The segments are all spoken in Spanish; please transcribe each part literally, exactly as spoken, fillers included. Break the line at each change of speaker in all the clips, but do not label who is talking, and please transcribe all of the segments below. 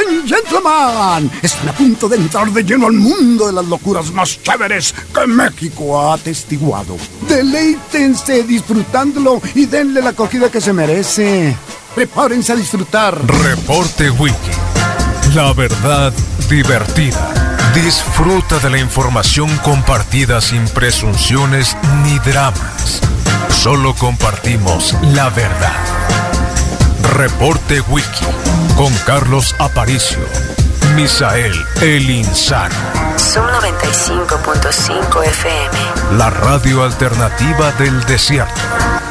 and gentlemen, están a punto de entrar de lleno al mundo de las locuras más chéveres que México ha atestiguado. Deleítense disfrutándolo y denle la acogida que se merece. Prepárense a disfrutar.
Reporte Wiki. La verdad divertida. Disfruta de la información compartida sin presunciones ni dramas. Solo compartimos la verdad. Reporte Wiki con Carlos Aparicio, Misael El Insano.
Zoom noventa y cinco punto cinco F M.
La radio alternativa del desierto.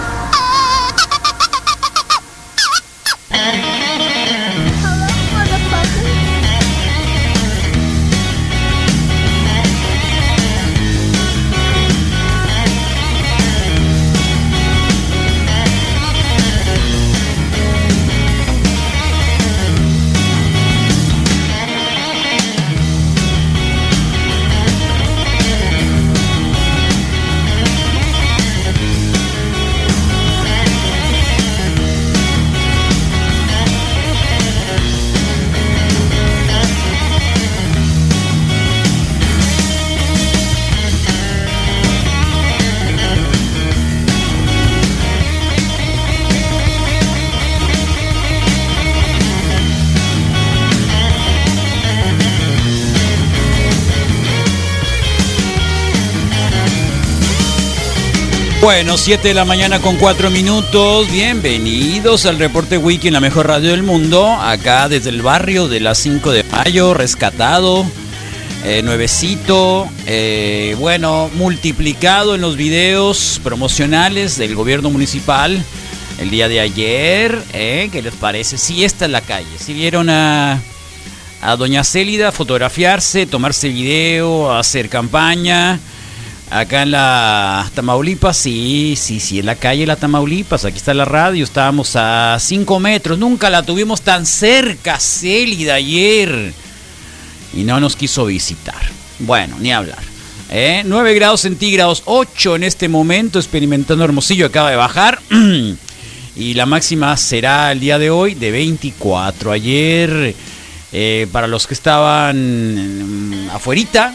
Bueno, siete de la mañana con cuatro minutos. Bienvenidos al Reporte Wiki en la mejor radio del mundo. Acá desde el barrio de la cinco de mayo, rescatado, eh, nuevecito, eh, bueno, multiplicado en los videos promocionales del gobierno municipal el día de ayer. Eh, ¿Qué les parece? Sí, esta es la calle. Si vieron a, a doña Célida fotografiarse, tomarse video, hacer campaña. Acá en la Tamaulipas, sí, sí, sí, en la calle La Tamaulipas, aquí está la radio, estábamos a cinco metros, nunca la tuvimos tan cerca, Célida, ayer, y no nos quiso visitar. Bueno, ni hablar. ¿Eh? nueve grados centígrados, ocho en este momento, experimentando Hermosillo, acaba de bajar, y la máxima será el día de hoy de veinticuatro. Ayer, eh, para los que estaban afuerita,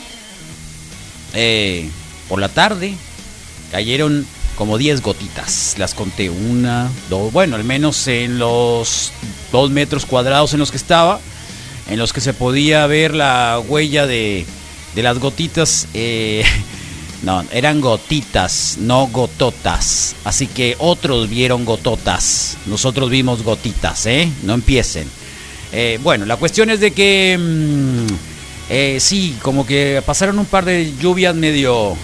eh... por la tarde cayeron como diez gotitas, las conté, una, dos, bueno, al menos en los dos metros cuadrados en los que estaba, en los que se podía ver la huella de, de las gotitas, eh, no, eran gotitas, no gototas, así que otros vieron gototas, nosotros vimos gotitas, ¿eh? No empiecen. Eh, bueno, la cuestión es de que, mmm, eh, sí, como que pasaron un par de lluvias medio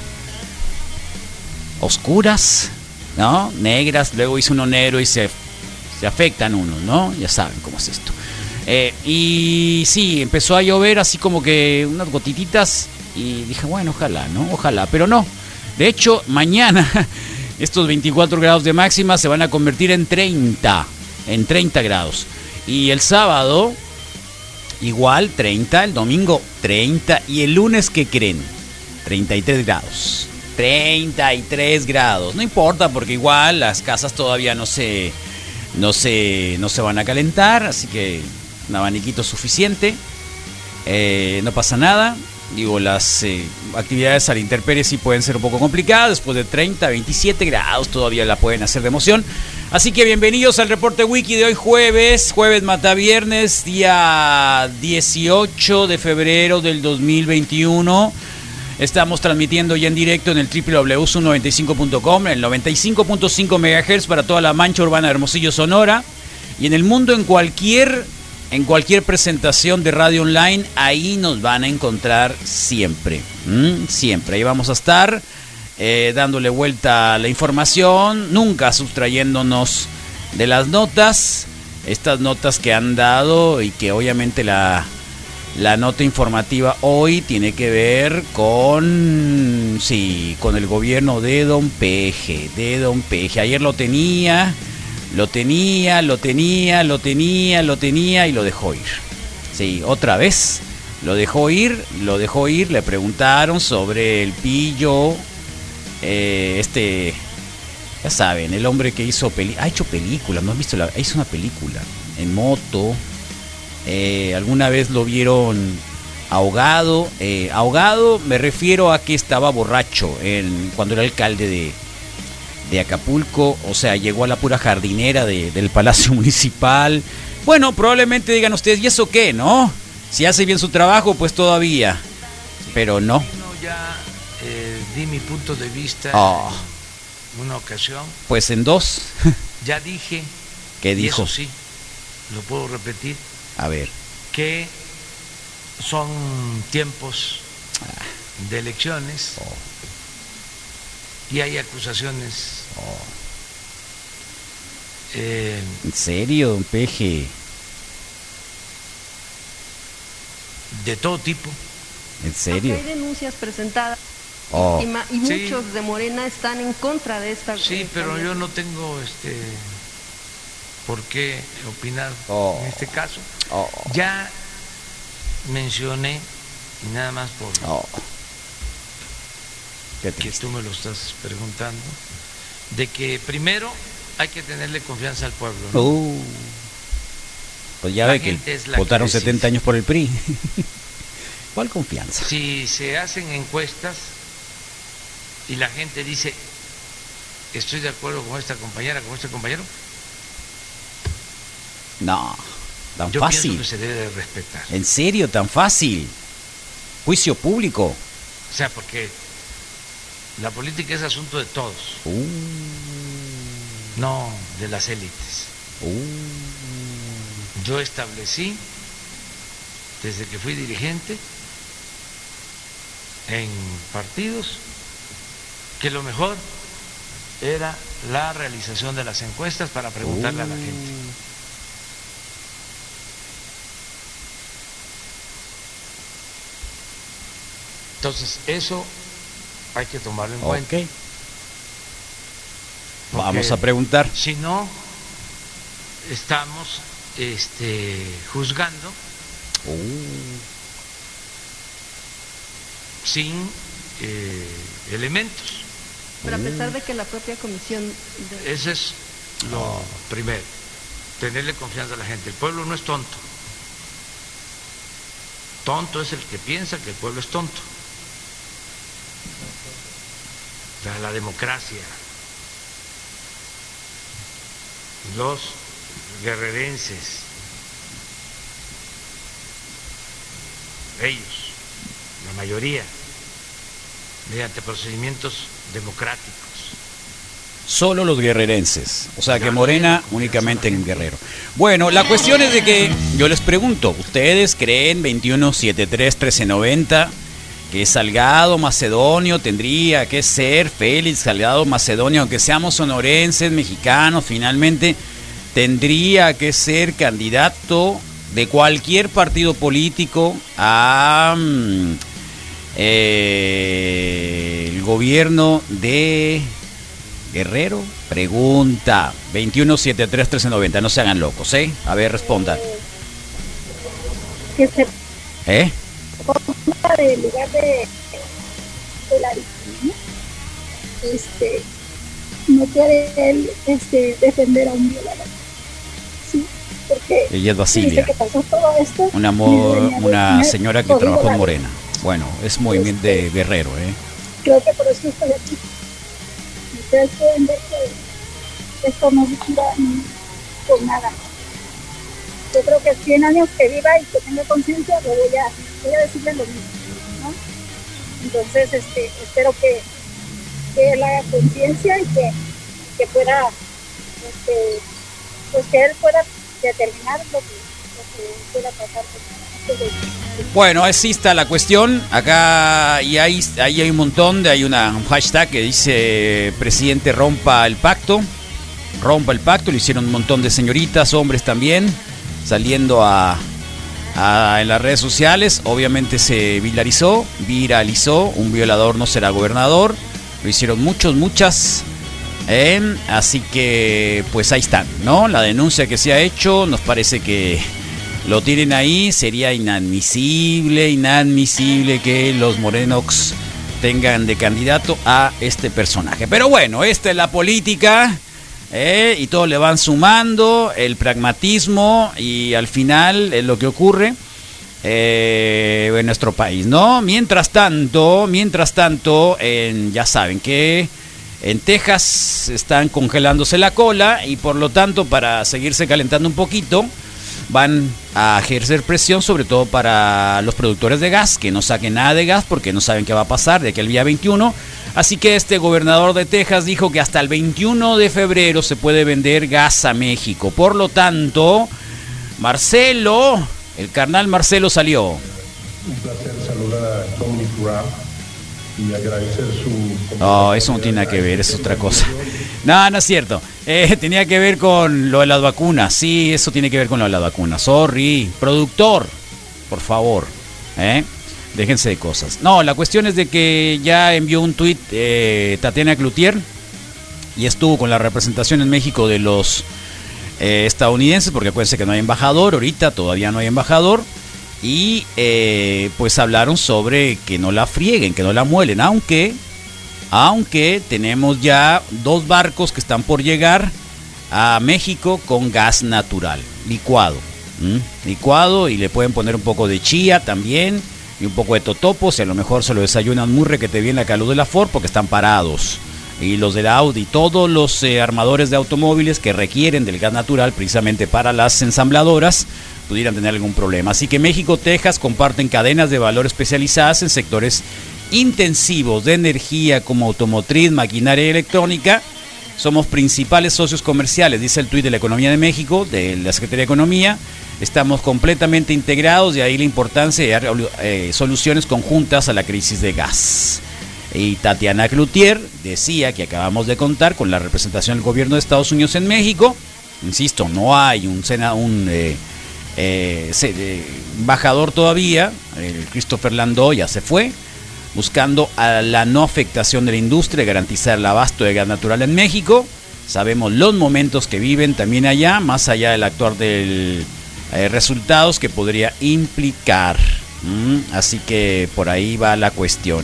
oscuras, ¿no? Negras, luego hizo uno negro y se, se afectan unos, ¿no? Ya saben cómo es esto. Eh, y sí, empezó a llover así como que unas gotititas y dije, bueno, ojalá, ¿no? Ojalá, pero no. De hecho, mañana estos veinticuatro grados de máxima se van a convertir en treinta, en treinta grados. Y el sábado, igual, treinta, el domingo, treinta, y el lunes, ¿qué creen? treinta y tres grados. treinta y tres grados, no importa porque igual las casas todavía no se, no se, no se van a calentar, así que un abaniquito suficiente, eh, no pasa nada. Digo, las eh, actividades a la intemperie sí pueden ser un poco complicadas, después de treinta, veintisiete grados todavía la pueden hacer de emoción. Así que bienvenidos al Reporte Wiki de hoy jueves, jueves mata viernes, día dieciocho de febrero del dos mil veintiuno. Estamos transmitiendo ya en directo en el doble u doble u doble u punto zoom noventa y cinco punto com, el noventa y cinco punto cinco megahertz para toda la mancha urbana de Hermosillo, Sonora, y en el mundo en cualquier, en cualquier presentación de radio online, ahí nos van a encontrar siempre, ¿Mm? siempre, ahí vamos a estar eh, dándole vuelta a la información, nunca sustrayéndonos de las notas, estas notas que han dado y que obviamente la... La nota informativa hoy tiene que ver con, sí, con el gobierno de Don Peje, de Don Peje. Ayer lo tenía, lo tenía, lo tenía, lo tenía, lo tenía y lo dejó ir. Sí, otra vez, lo dejó ir, lo dejó ir. Le preguntaron sobre el pillo, eh, este, ya saben, el hombre que hizo peli, ha hecho películas, ¿no has visto? La, hizo una película en moto. Eh, ¿Alguna vez lo vieron ahogado? Eh, ahogado me refiero a que estaba borracho en, cuando era alcalde de, de Acapulco. O sea, llegó a la pura jardinera de, del Palacio Municipal. Bueno, probablemente digan ustedes, ¿y eso qué, no? Si hace bien su trabajo, pues todavía.
Sí,
pero no.
no ya eh, di mi punto de vista
oh.
en una ocasión.
Pues en dos.
Ya dije.
¿Qué dijo?
Y eso sí, lo puedo repetir.
A ver.
Que son tiempos de elecciones
oh.
y hay acusaciones.
Oh.
Eh,
¿En serio, don Peje?
De todo tipo.
¿En serio?
Hay denuncias presentadas
oh.
y, ma- y
sí.
muchos de Morena están en contra de esta.
Sí,
eh,
pero
también.
yo no tengo este por qué opinar
oh.
en este caso.
Oh.
Ya mencioné, y nada más por
Oh. Qué
que
triste.
tú me lo estás preguntando, de que primero hay que tenerle confianza al pueblo, ¿no?
Uh. Pues ya
La
ve que
gente es la que
votaron
decide.
setenta años por el P R I. ¿Cuál confianza?
Si se hacen encuestas y la gente dice estoy de acuerdo con esta compañera, con este compañero,
No, tan
yo
fácil.
pienso que se debe de respetar.
¿En serio, tan fácil? Juicio público.
O sea, porque la política es asunto de todos,
Uh.
no de las élites.
Uh.
Yo establecí, desde que fui dirigente en partidos, que lo mejor era la realización de las encuestas para preguntarle uh. a la gente. Entonces, eso hay que tomarlo en
Ok.
cuenta.
Vamos a preguntar.
Si no, estamos este, juzgando
Uh.
sin eh, elementos.
Pero a pesar de que la propia comisión de...
Ese es lo
Oh.
primero, tenerle confianza a la gente. El pueblo no es tonto. Tonto es el que piensa que el pueblo es tonto. O sea, la democracia, los guerrerenses, ellos, la mayoría, mediante procedimientos democráticos.
Solo los guerrerenses. O sea que Morena únicamente en Guerrero. Bueno, la cuestión es de que yo les pregunto, ¿ustedes creen veintiuno setenta y tres trece noventa que Salgado Macedonio tendría que ser Félix Salgado Macedonio, aunque seamos sonorenses, mexicanos, finalmente tendría que ser candidato de cualquier partido político a mm, eh, el gobierno de Guerrero? Pregunta. Veintiuno setenta y tres trece noventa. No se hagan locos, ¿eh? A ver, respondan.
Que se
¿Eh?
ponga del lugar de, de la víctima, ¿no? Este, no puede él este, defender a un violador, ¿sí? Porque
Ella es Basilia,
desde que pasó todo esto,
una, mo-
debería de
una
tener
señora que
código
trabajó en
de-
Morena. Bueno, es movimiento de Guerrero, ¿eh?
Creo que por eso estoy aquí. Ustedes pueden ver que esto no se cura ni con nada. Yo creo que cien años que viva y que tenga conciencia, le voy a, voy a decirle lo mismo, ¿no? Entonces, este, espero que, que él haga conciencia y que, que pueda, este, pues que él pueda determinar lo que, lo que pueda pasar con esto de-
Bueno, así está la cuestión. Acá y ahí, ahí hay un montón de, hay una, un hashtag que dice presidente rompa el pacto. Rompa el pacto, lo hicieron un montón de señoritas, hombres también, saliendo a, a en las redes sociales. Obviamente se viralizó, viralizó, un violador no será gobernador. Lo hicieron muchos, muchas. ¿eh? Así que pues ahí están, ¿no? La denuncia que se ha hecho, nos parece que lo tienen ahí. Sería inadmisible, inadmisible que los Morenox tengan de candidato a este personaje. Pero bueno, esta es la política. ¿eh? Y todos le van sumando el pragmatismo y al final es lo que ocurre eh, en nuestro país, ¿no? Mientras tanto, mientras tanto, en, ya saben que en Texas están congelándose la cola y por lo tanto para seguirse calentando un poquito van a ejercer presión sobre todo para los productores de gas, que no saquen nada de gas porque no saben qué va a pasar de aquí al día veintiuno. Así que este gobernador de Texas dijo que hasta el veintiuno de febrero se puede vender gas a México. Por lo tanto, Marcelo, el carnal Marcelo salió.
Un placer saludar a Dominic Raab y agradecer su...
No, eso no tiene nada que ver, es otra cosa. No, no es cierto. Eh, tenía que ver con lo de las vacunas. Sí, eso tiene que ver con lo de las vacunas. Sorry. Productor, por favor. ¿Eh? Déjense de cosas. No, la cuestión es de que ya envió un tuit eh, Tatiana Cloutier y estuvo con la representación en México de los eh, estadounidenses, porque acuérdense que no hay embajador, ahorita todavía no hay embajador. Y eh, pues hablaron sobre que no la frieguen, que no la muelen, aunque... Aunque tenemos ya dos barcos que están por llegar a México con gas natural, licuado. ¿Mm? Licuado, y le pueden poner un poco de chía también y un poco de totopos, y a lo mejor se lo desayunan muy requete bien la calud de la Ford porque están parados. Y los de la Audi, todos los eh, armadores de automóviles que requieren del gas natural precisamente para las ensambladoras, pudieran tener algún problema. Así que México, Texas comparten cadenas de valor especializadas en sectores intensivos de energía como automotriz, maquinaria y electrónica. Somos principales socios comerciales, dice el tuit de la Economía de México, de la Secretaría de Economía. Estamos completamente integrados, de ahí la importancia de dar eh, soluciones conjuntas a la crisis de gas. Y Tatiana Cloutier decía que acabamos de contar con la representación del gobierno de Estados Unidos en México. Insisto, no hay un, sena, un eh, eh, eh, embajador todavía. El Christopher Landau ya se fue, buscando a la no afectación de la industria y garantizar el abasto de gas natural en México. Sabemos los momentos que viven también allá, más allá del actuar de eh, resultados que podría implicar. ¿Mm? Así que por ahí va la cuestión.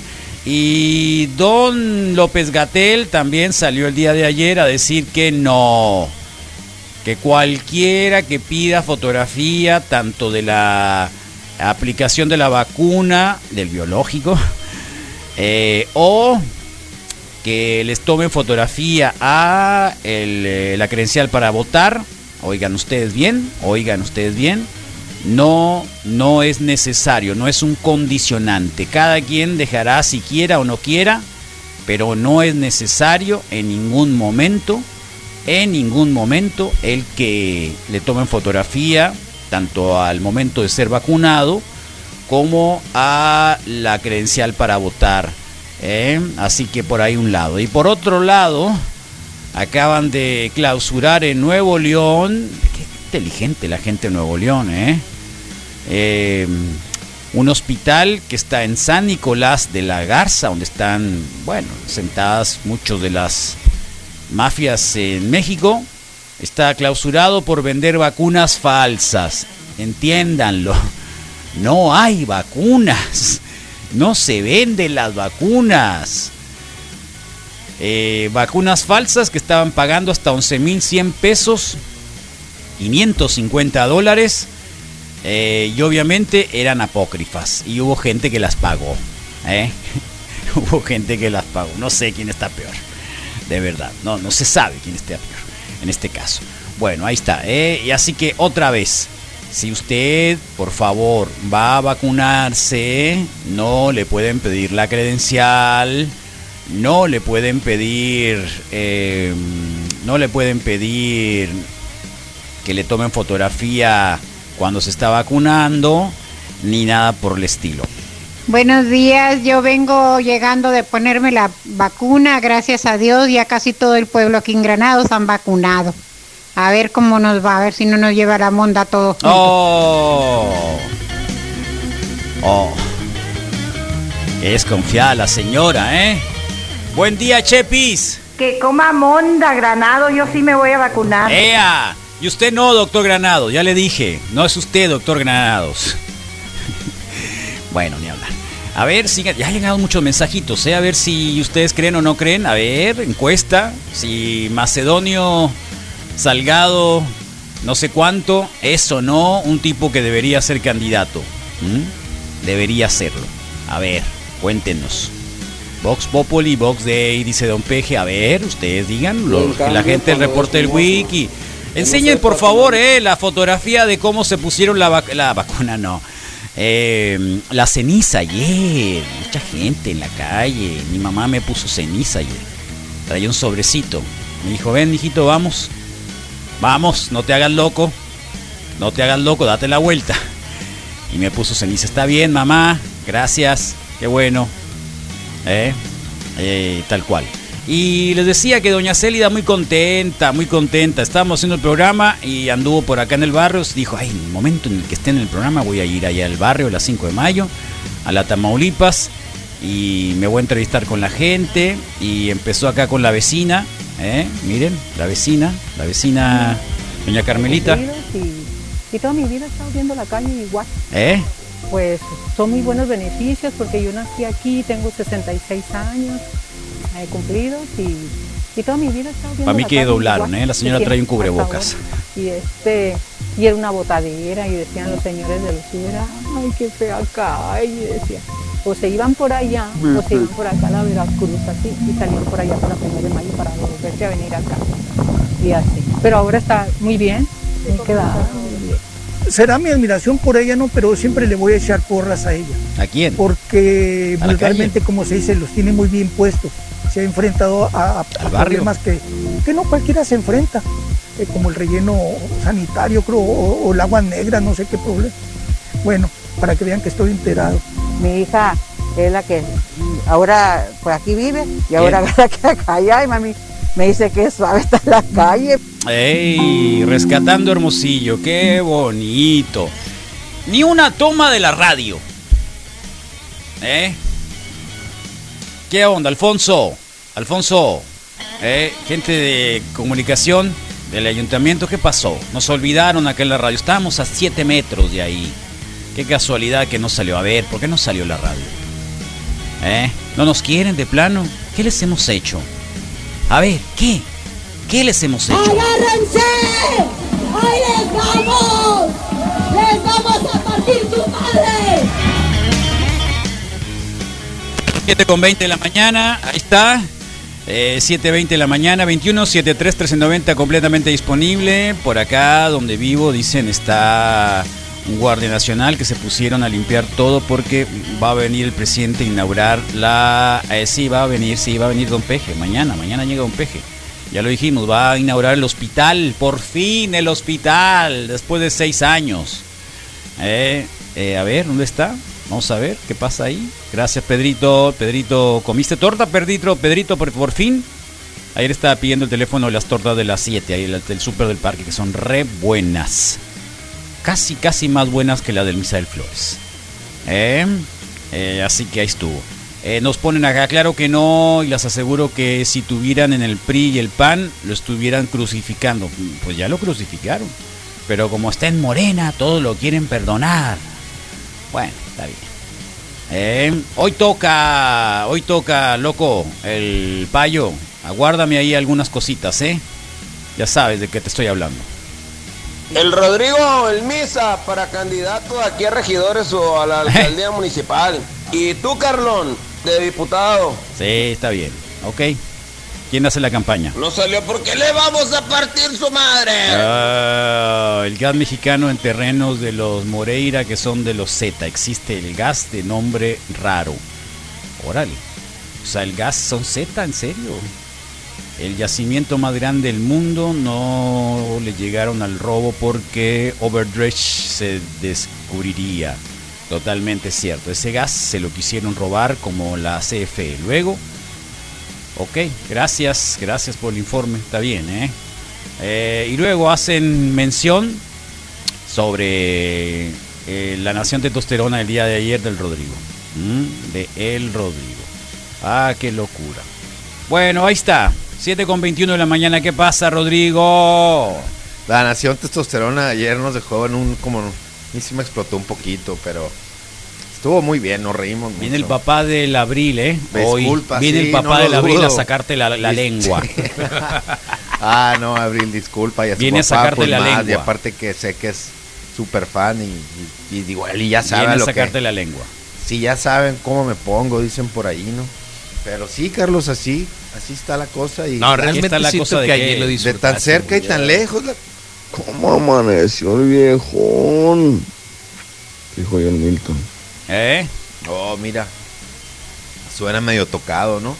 Y don López-Gatell también salió el día de ayer a decir que no, que cualquiera que pida fotografía tanto de la aplicación de la vacuna, del biológico, Eh, o que les tomen fotografía a el, eh, la credencial para votar, oigan ustedes bien, oigan ustedes bien, no, no es necesario, no es un condicionante. Cada quien dejará si quiera o no quiera, pero no es necesario en ningún momento, en ningún momento el que le tomen fotografía tanto al momento de ser vacunado como a la credencial para votar, ¿eh? Así que por ahí un lado. Y por otro lado, acaban de clausurar en Nuevo León, qué inteligente la gente de Nuevo León, ¿eh? Eh, un hospital que está en San Nicolás de la Garza, donde están, bueno, sentadas muchos de las mafias en México. Está clausurado por vender vacunas falsas, entiéndanlo. No hay vacunas, no se venden las vacunas. Eh, vacunas falsas que estaban pagando hasta once mil cien pesos, quinientos cincuenta dólares, eh, y obviamente eran apócrifas y hubo gente que las pagó, ¿eh? Hubo gente que las pagó, no sé quién está peor, de verdad, no, no se sabe quién está peor en este caso. Bueno, ahí está, ¿eh? Y así que otra vez, si usted, por favor, va a vacunarse, no le pueden pedir la credencial, no le pueden pedir, eh, no le pueden pedir que le tomen fotografía cuando se está vacunando, ni nada por el estilo.
Buenos días, yo vengo llegando de ponerme la vacuna, gracias a Dios, ya casi todo el pueblo aquí en Granados han vacunado. A ver cómo nos va, a ver si no nos lleva la monda todo juntos.
Oh, oh, es confiada la señora, ¿eh? Buen día, Chepis.
Que coma monda, Granado, yo sí me voy a vacunar.
¡Ea! Y usted no, doctor Granado, ya le dije, no es usted, doctor Granados. Bueno, ni hablar. A ver, siga, ya han llegado muchos mensajitos, ¿eh? A ver si ustedes creen o no creen. A ver, encuesta. Si Macedonio Salgado, no sé cuánto, es o no un tipo que debería ser candidato. ¿Mm? Debería serlo. A ver, cuéntenos. Vox Populi, Vox Day, dice Don Peje. A ver, ustedes digan, lo, que la gente del reporte del Wiki. Enseñen, por favor, eh, la fotografía de cómo se pusieron la, vac- la vacuna, no. Eh, la ceniza ayer, mucha gente en la calle. Mi mamá me puso ceniza ayer. Traía un sobrecito. Me dijo, ven, hijito, vamos. Vamos, no te hagas loco. No te hagas loco, date la vuelta. Y me puso ceniza. Está bien, mamá, gracias, qué bueno. Eh, eh, tal cual. Y les decía que doña Célida muy contenta, muy contenta. Estábamos haciendo el programa y anduvo por acá en el barrio. Dijo, ay, en el momento en el que esté en el programa voy a ir allá al barrio a las cinco de mayo, a la Tamaulipas, y me voy a entrevistar con la gente. Y empezó acá con la vecina, ¿eh? Miren, la vecina, la vecina doña Carmelita.
Y, y toda mi vida he estado viendo la calle igual.
¿Eh?
Pues son muy buenos beneficios porque yo nací aquí, tengo sesenta y seis años. He cumplido y, y toda mi vida he estado viendo.
Para mí
la
que
calle
doblaron,
igual,
¿eh? La señora trae un cubrebocas.
Y este y era una botadera y decían los señores de los ciber, ay, qué fea calle, decían. O se iban por allá, o se iban por acá a la Veracruz, así, y salían por allá por la primera de mayo para volverse a venir acá. Y así. Pero ahora está muy bien, me he quedado muy bien.
Será mi admiración por ella, no, pero siempre le voy a echar porras a ella.
¿A quién?
Porque
¿A
vulgarmente, como se dice, los tiene muy bien puestos. Se ha enfrentado a, a, a problemas que, que no cualquiera se enfrenta, eh, como el relleno sanitario, creo, o, o el agua negra, no sé qué problema. Bueno, para que vean que estoy enterado.
Mi hija es la que ahora por aquí vive y ahora la que acá allá, y mami me dice que suave está en la calle.
¡Ey! Rescatando Hermosillo, qué bonito. Ni una toma de la radio. ¿Eh? ¿Qué onda, Alfonso? Alfonso, ¿eh? Gente de comunicación del ayuntamiento, ¿qué pasó? Nos olvidaron acá en la radio. Estábamos a siete metros de ahí. Qué casualidad que no salió. A ver, ¿por qué no salió la radio? ¿Eh? ¿No nos quieren de plano? ¿Qué les hemos hecho? A ver, ¿qué? ¿Qué les hemos hecho?
¡Agárrense! ¡Ahí les vamos! ¡Les vamos a partir su madre!
siete con veinte de la mañana, ahí está. Eh, siete veinte de la mañana, veintiuno setenta y tres trece noventa, completamente disponible. Por acá donde vivo, dicen, está un guardia nacional que se pusieron a limpiar todo porque va a venir el presidente a inaugurar la... Eh, sí, va a venir, sí, va a venir Don Peje. Mañana, mañana llega Don Peje. Ya lo dijimos, va a inaugurar el hospital, por fin el hospital, después de seis años. Eh, eh, a ver, ¿dónde está? Vamos a ver qué pasa ahí. Gracias, Pedrito. Pedrito, ¿comiste torta, Pedrito? Pedrito, por, por fin. Ayer estaba pidiendo el teléfono de las tortas de las siete, ahí el, el súper del parque, que son re buenas. Casi, casi más buenas que la del Misael Flores. Eh, eh, así que ahí estuvo. Eh, nos ponen acá, claro que no, y les aseguro que si tuvieran en el P R I y el P A N, lo estuvieran crucificando. Pues ya lo crucificaron. Pero como está en Morena, todos lo quieren perdonar. Bueno, está bien. Eh, hoy toca, hoy toca, loco, el payo. Aguárdame ahí algunas cositas, ¿eh? Ya sabes de qué te estoy hablando.
El Rodrigo, el Misa, para candidato aquí a regidores o a la alcaldía municipal. Y tú, Carlón, de diputado.
Sí, está bien. Ok. ¿Quién hace la campaña?
No salió porque le vamos a partir su madre.
Ah, el gas mexicano en terrenos de los Moreira, que son de los Z. Existe el gas de nombre raro. Órale. O sea, el gas son Z, ¿en serio? El yacimiento más grande del mundo, no le llegaron al robo porque Overdredge se descubriría. Totalmente cierto. Ese gas se lo quisieron robar como la C F E. Luego, ok, gracias, gracias por el informe. Está bien, ¿eh? eh y luego hacen mención sobre eh, la nación testosterona el día de ayer del Rodrigo. ¿Mm? De el Rodrigo. Ah, qué locura. Bueno, ahí está. siete con veintiuno de la mañana. ¿Qué pasa, Rodrigo?
La nación testosterona ayer nos dejó en un... como... A mí sí me explotó un poquito, pero estuvo muy bien, nos reímos mucho.
Viene el papá del Abril, ¿eh?
Disculpa,
Hoy viene
sí,
el papá
no
del
lo
Abril
dudo.
a sacarte la, la
Sí.
lengua.
Ah, no, Abril, disculpa. Y a su
Viene a
papá,
sacarte
pues,
la
más,
lengua.
Y aparte que sé que es súper fan y, y, y digo, él ya sabe
Viene a
lo
sacarte
que...
la lengua.
Sí, ya saben cómo me pongo, dicen por ahí, ¿no? Pero sí, Carlos, así, así está la cosa. Y
No, realmente
está la
siento
cosa de
que
que-
ayer lo
de
disfrutaste.
tan cerca y
muy
tan
bien.
lejos. la-
¿Cómo amaneció el viejón? Dijo John Milton.
¿Eh?
Oh, mira, suena medio tocado, ¿no?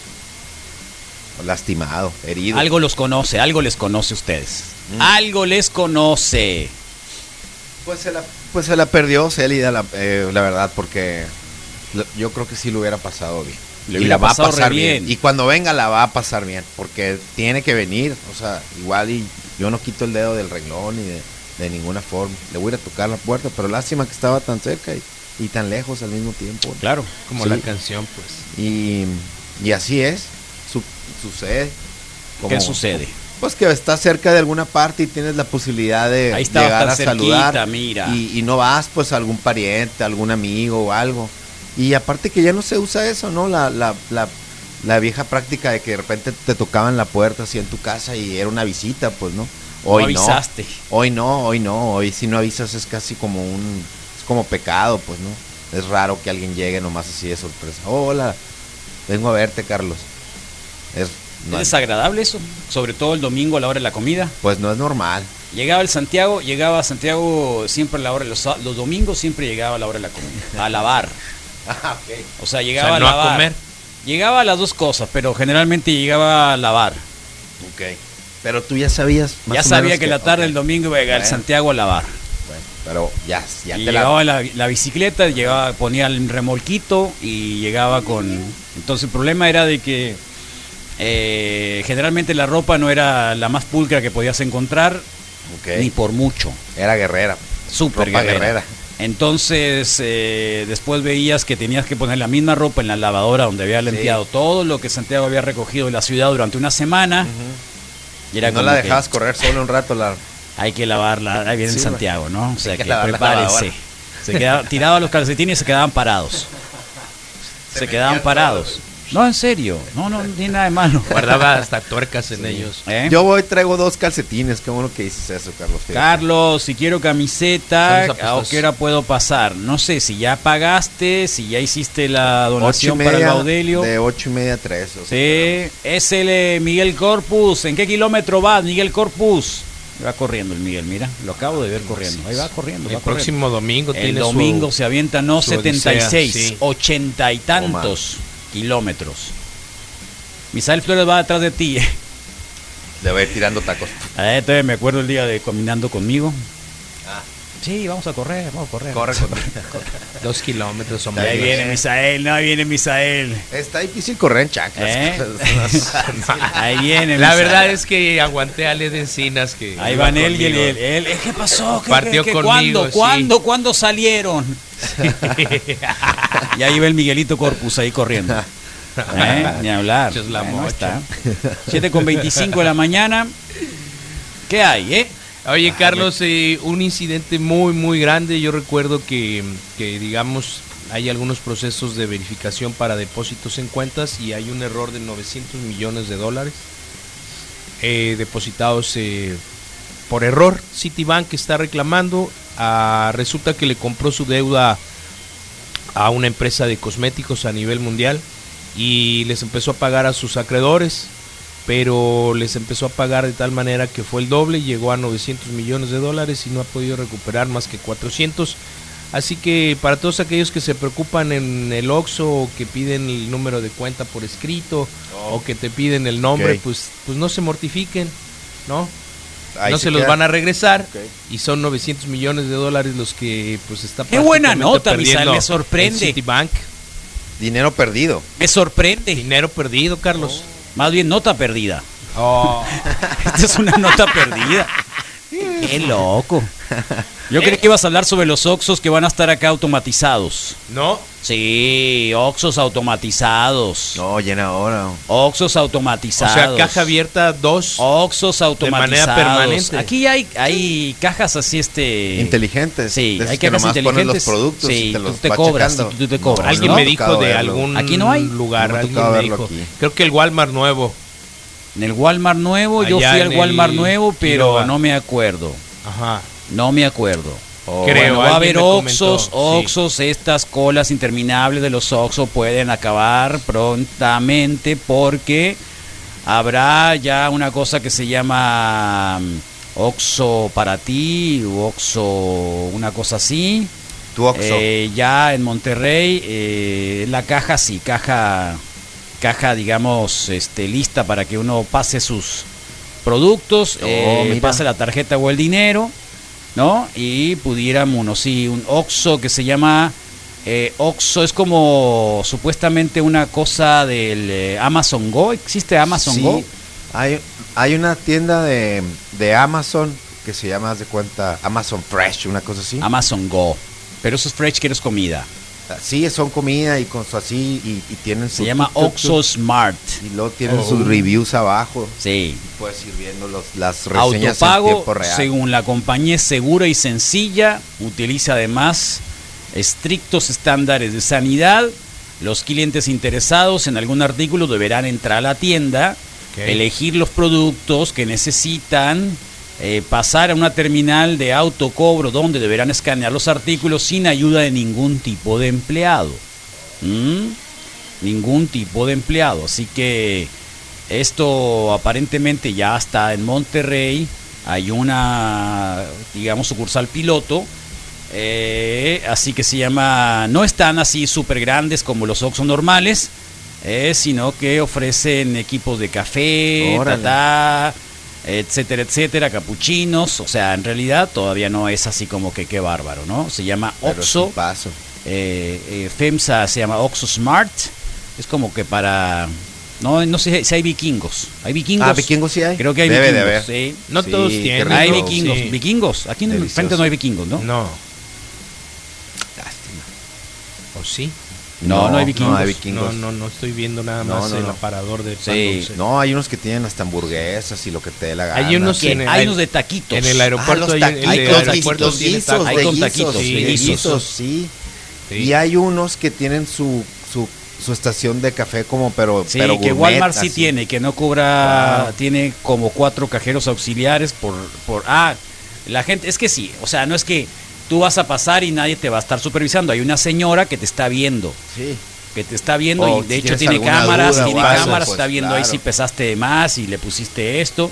Lastimado, herido.
Algo los conoce, algo les conoce a ustedes.
Mm.
Algo les conoce.
Pues se la, pues se la perdió Célida, la, eh, la verdad, porque lo- yo creo que sí lo hubiera pasado bien.
Le
y
hubiera
la va a
pasado re
pasar bien.
bien.
Y cuando venga la va a pasar bien, porque tiene que venir. O sea, igual y yo no quito el dedo del renglón ni de, de ninguna forma. Le voy a ir a tocar la puerta, pero lástima que estaba tan cerca y, y tan lejos al mismo tiempo.
Claro.
Como
Sí.
la canción, pues.
Y, y así es, su- sucede.
¿Qué sucede?
Pues que estás cerca de alguna parte y tienes la posibilidad de
Ahí estaba
llegar
tan
a
cerquita,
saludar.
mira.
Y, y no vas pues a algún pariente, algún amigo o algo. Y aparte que ya no se usa eso, ¿no? La, la, la, la vieja práctica de que de repente te tocaban la puerta así en tu casa y era una visita, pues, ¿no? Hoy no.
avisaste.
Hoy no, hoy no. Hoy si no avisas es casi como un... Es como pecado, pues, ¿no? Es raro que alguien llegue nomás así de sorpresa. Hola, vengo a verte, Carlos. Es, no,
¿Es desagradable eso? Sobre todo el domingo a la hora de la comida.
pues no es normal.
Llegaba el Santiago, llegaba a Santiago siempre a la hora, los, los domingos siempre llegaba a la hora de la comida, a lavar.
Ah, ok.
O sea, llegaba
O sea, no
a
a
lavar.
comer.
Llegaba a las dos cosas, pero generalmente llegaba a lavar.
Ok. Pero tú ya sabías más
Ya
o
sabía
menos
que la tarde
ok.
del domingo iba a llegar el
Bueno.
Santiago a lavar.
Bueno, pero ya, ya
Y
te la...
llegaba la, la bicicleta, llegaba, ponía el remolquito y llegaba con... Entonces el problema era de que eh, generalmente la ropa no era la más pulcra que podías encontrar,
Ok.
ni por mucho.
Era guerrera.
Súper
Ropa
guerrera.
guerrera.
Entonces eh, después veías que tenías que poner la misma ropa en la lavadora donde había limpiado todo lo que Santiago había recogido de la ciudad durante una semana. Y era
no
como
la
que
dejabas correr solo un rato la...
hay que lavarla, ahí viene
Sí,
Santiago, ¿no? O sea
hay que
que,
lavar la
prepárese.
lavadora.
Se quedaba, tiraba los calcetines y se quedaban parados. Se,
Se
quedaban
metían
parados. No, en serio, no, no, no tiene nada de malo.
Guardaba hasta tuercas en ellos.
¿Eh?
Yo voy, traigo dos calcetines. Qué bueno que dices eso, Carlos. Fíjate.
Carlos, si quiero camiseta,
Estamos
¿a
apuestos.
qué hora puedo pasar? No sé, si ya pagaste, si ya hiciste la
Ocho y
donación
media,
para el Baudelio.
De ocho y media a tres. O sea,
Sí, es el eh, Miguel Corpus. ¿En qué kilómetro vas, Miguel Corpus? Va corriendo el Miguel, mira, lo acabo de ver corriendo. Ahí va corriendo.
El
va corriendo.
próximo domingo
El
tiene
domingo
su-
se avienta no
su
setenta y seis,
odisea, sí.
ochenta y tantos kilómetros. Misael Flores va detrás de ti. eh.
le voy a ir tirando tacos.
Eh, todavía me acuerdo el día de caminando conmigo.
Ah.
Sí, vamos a correr, vamos a correr.
Corre, corre.
Dos kilómetros, hombre.
Ahí viene Misael, no, ahí viene Misael.
Está difícil correr en chanclas.
¿Eh? Ahí viene
La
Misael.
verdad es que aguanté a Ale de Encinas que
Ahí
iba
van él y él,
conmigo.
él, él, él, ¿qué pasó? ¿Qué,
Partió
qué, qué,
conmigo,
¿Cuándo?
sí.
¿Cuándo? ¿Cuándo salieron? Y ahí va el Miguelito Corpus ahí corriendo. ¿Eh? Ni hablar.
Echas la
Bueno,
mocha.
está. siete con veinticinco de la mañana. ¿Qué hay, eh?
Oye, Carlos, eh, un incidente muy, muy grande. Yo recuerdo que, que, digamos, hay algunos procesos de verificación para depósitos en cuentas y hay un error de novecientos millones de dólares eh, depositados eh, por error. Citibank está reclamando. Ah, resulta que le compró su deuda a una empresa de cosméticos a nivel mundial y les empezó a pagar a sus acreedores, pero les empezó a pagar de tal manera que fue el doble, llegó a novecientos millones de dólares y no ha podido recuperar más que cuatrocientos. Así que para todos aquellos que se preocupan en el Oxxo o que piden el número de cuenta por escrito oh. o que te piden el nombre, okay. pues, pues no se mortifiquen, ¿no? Ahí no se, se los van a regresar okay. y son novecientos millones de dólares los que pues está
qué buena nota, Misael, me sorprende.
Citibank.
Dinero perdido.
Me sorprende.
Dinero perdido, Carlos.
Oh. Más bien nota perdida.
Oh.
Esta es una nota perdida. Qué loco. Yo creí que ibas a hablar sobre los Oxxos que van a estar acá automatizados.
¿No?
Sí, Oxxos automatizados.
No, llena ahora.
Oxxos automatizados.
O sea, caja abierta dos.
Oxxos automatizados.
De manera permanente.
Aquí hay, hay cajas así, este...
inteligentes.
Sí,
de
hay
que
cajas
nomás
inteligentes.
Pones los productos
sí,
y te los
tú te
va
cobras,
checando.
tú, tú te cobras.
No,
Alguien
¿no?
me dijo de
verlo.
algún
Aquí no hay
lugar.
No me ha
alguien
tocado
me
verlo
dijo.
aquí.
Creo que el Walmart nuevo.
En el Walmart nuevo, yo
Allá
fui al
en
Walmart
el
nuevo, pero
Quiroga.
no me acuerdo.
Ajá.
No me acuerdo.
Oh,
Creo,
Bueno, va a
alguien
haber
me comentó,
Oxxos,
sí.
Oxxos, estas colas interminables de los Oxxos pueden acabar prontamente porque habrá ya una cosa que se llama mm, Oxxo para ti, u Oxxo, una cosa así.
Tu Oxxo.
Eh, ya en Monterrey, eh, la caja sí, caja, caja digamos, este, lista para que uno pase sus productos,
Oh,
eh,
mira.
pase la tarjeta o el dinero, ¿no? Y pudiéramos, uno, sí, un Oxxo que se llama eh, Oxxo, es como supuestamente una cosa del eh, Amazon Go. ¿Existe Amazon
Sí,
Go?
Hay, hay una tienda de, de Amazon que se llama, haz de cuenta, Amazon Fresh, una cosa así.
Amazon Go. Pero eso es fresh, que es comida.
Sí, son comida y con su así y, y tienen su
Se llama
tuk, tuk,
Oxxo
tuk,
Smart.
y luego tienen
Oh.
sus reviews abajo.
Sí.
Y puedes ir viendo los, las reseñas en
Autopago,
tiempo real.
según la compañía, es segura y sencilla. Utiliza además estrictos estándares de sanidad. Los clientes interesados en algún artículo deberán entrar a la tienda,
Ok.
elegir los productos que necesitan, eh, pasar a una terminal de autocobro donde deberán escanear los artículos sin ayuda de ningún tipo de empleado. ¿Mm? Ningún tipo de empleado. Así que esto aparentemente ya está en Monterrey. Hay una, digamos, sucursal piloto. Eh, así que se llama, no están así súper grandes como los Oxxo normales, eh, sino que ofrecen equipos de café,
Órale.
tatá, etcétera, etcétera, capuchinos. O sea, en realidad todavía no es así como que qué bárbaro, ¿no? Se llama
Pero es
Oxxo.
un paso.
Eh, eh, FEMSA se llama Oxxo Smart. Es como que para... No, no sé si hay vikingos. ¿Hay vikingos?
Ah, vikingos sí hay.
Creo que hay
Debe de
vikingos.
haber.
Sí.
No
Sí,
todos
qué
tienen.
rico.
Hay
¿no?
vikingos.
Sí.
Vikingos. Aquí en el
Delicioso.
frente no hay vikingos, ¿no?
No.
Lástima.
¿O sí?
No, no hay vikingos.
No hay
No,
vikingos.
no, no estoy viendo nada
No,
más
no,
el
no.
aparador de pan
Sí.
dulce.
No, hay unos que tienen hasta hamburguesas y lo que te dé la gana.
Hay unos
¿Qué?
en el-
Hay unos de taquitos.
En el
Ah,
aeropuerto
los
hay,
taquitos,
el
hay
de
con
aeropuerto
taquitos,
tiene
guisos,
tacos.
Hay
de
con
guisos,
taquitos,
sí,
de
de
guisos.
guisos, sí.
Sí.
Y hay unos que tienen su, su, su estación de café como, pero,
Sí,
pero
que
gourmet,
Walmart sí
así.
tiene, que no cobra,
Wow.
tiene como cuatro cajeros auxiliares por, por, ah, la gente, es que sí, o sea, no es que tú vas a pasar y nadie te va a estar supervisando, hay una señora que te está viendo,
Sí.
que te está viendo
O
y
si
de hecho
tienes
tiene
alguna
cámaras,
duda
tiene
o algo,
cámaras,
pues,
está viendo ahí
claro.
si pesaste de más y le pusiste esto,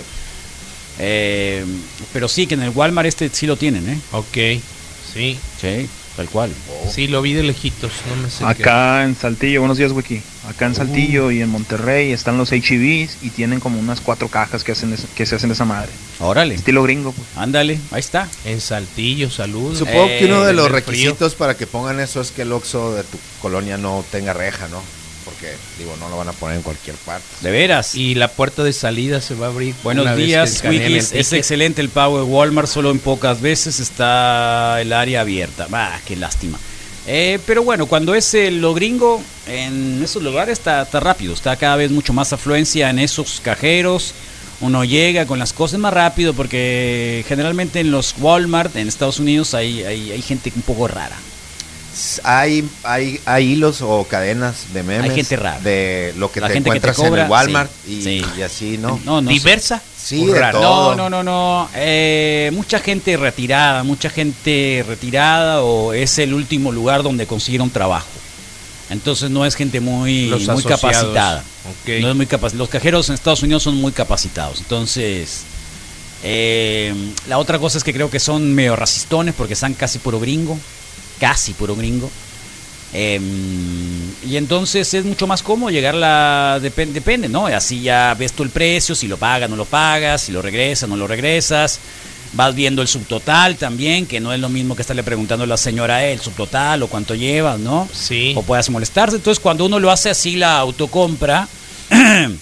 eh, pero sí, que en el Walmart este sí lo tienen, ¿eh?
Ok, sí.
Sí, tal cual.
Sí, lo vi de lejitos. No me sé qué.
Acá en Saltillo, buenos días, Wiki. Acá en Saltillo y en Monterrey están los H E Bs y tienen como unas cuatro cajas que hacen es- que se hacen de esa madre.
Órale.
Estilo gringo, pues.
Ándale, ahí está.
En Saltillo, salud.
Supongo que uno
Eh,
de los
en el frío.
requisitos para que pongan eso es que el Oxxo de tu colonia no tenga reja, ¿no? Porque, digo, no lo van a poner en cualquier parte.
De veras.
Y la puerta de salida se va a abrir.
Buenos
una vez que
días,
escaneen el
Wikis. Es
ticket.
excelente el pago de Walmart, solo en pocas veces está el área abierta. Ah, qué lástima. Eh, pero bueno, cuando es eh, lo gringo, en esos lugares está, está rápido, está cada vez mucho más afluencia en esos cajeros. Uno llega con las cosas más rápido porque generalmente en los Walmart en Estados Unidos hay, hay, hay gente un poco rara.
Hay, hay, hay hilos o cadenas de memes.
Hay gente rara.
De lo que
La
te
gente que te
encuentras en
cobra,
el Walmart
sí,
y,
sí.
y así, ¿no?
No, no sé.
¿Diversa?
Sí,
o
de
rara?
todo.
No, no, no, no. Eh, mucha gente retirada, mucha gente retirada o es el último lugar donde consiguieron trabajo. Entonces no es gente muy,
Los
muy
asociados.
capacitada.
Ok.
No es muy capac- Los cajeros en Estados Unidos son muy capacitados. Entonces, eh, la otra cosa es que creo que son medio racistones porque están casi puro gringo. Casi puro gringo. Eh, y entonces es mucho más cómodo llegarla, dep- depende, ¿no? Así ya ves tú el precio, si lo pagas, no lo pagas, si lo regresas, no lo regresas. Vas viendo el subtotal también, que no es lo mismo que estarle preguntando a la señora eh, el subtotal o cuánto llevas, ¿no?
Sí.
O puedas molestarse. Entonces cuando uno lo hace así, la autocompra,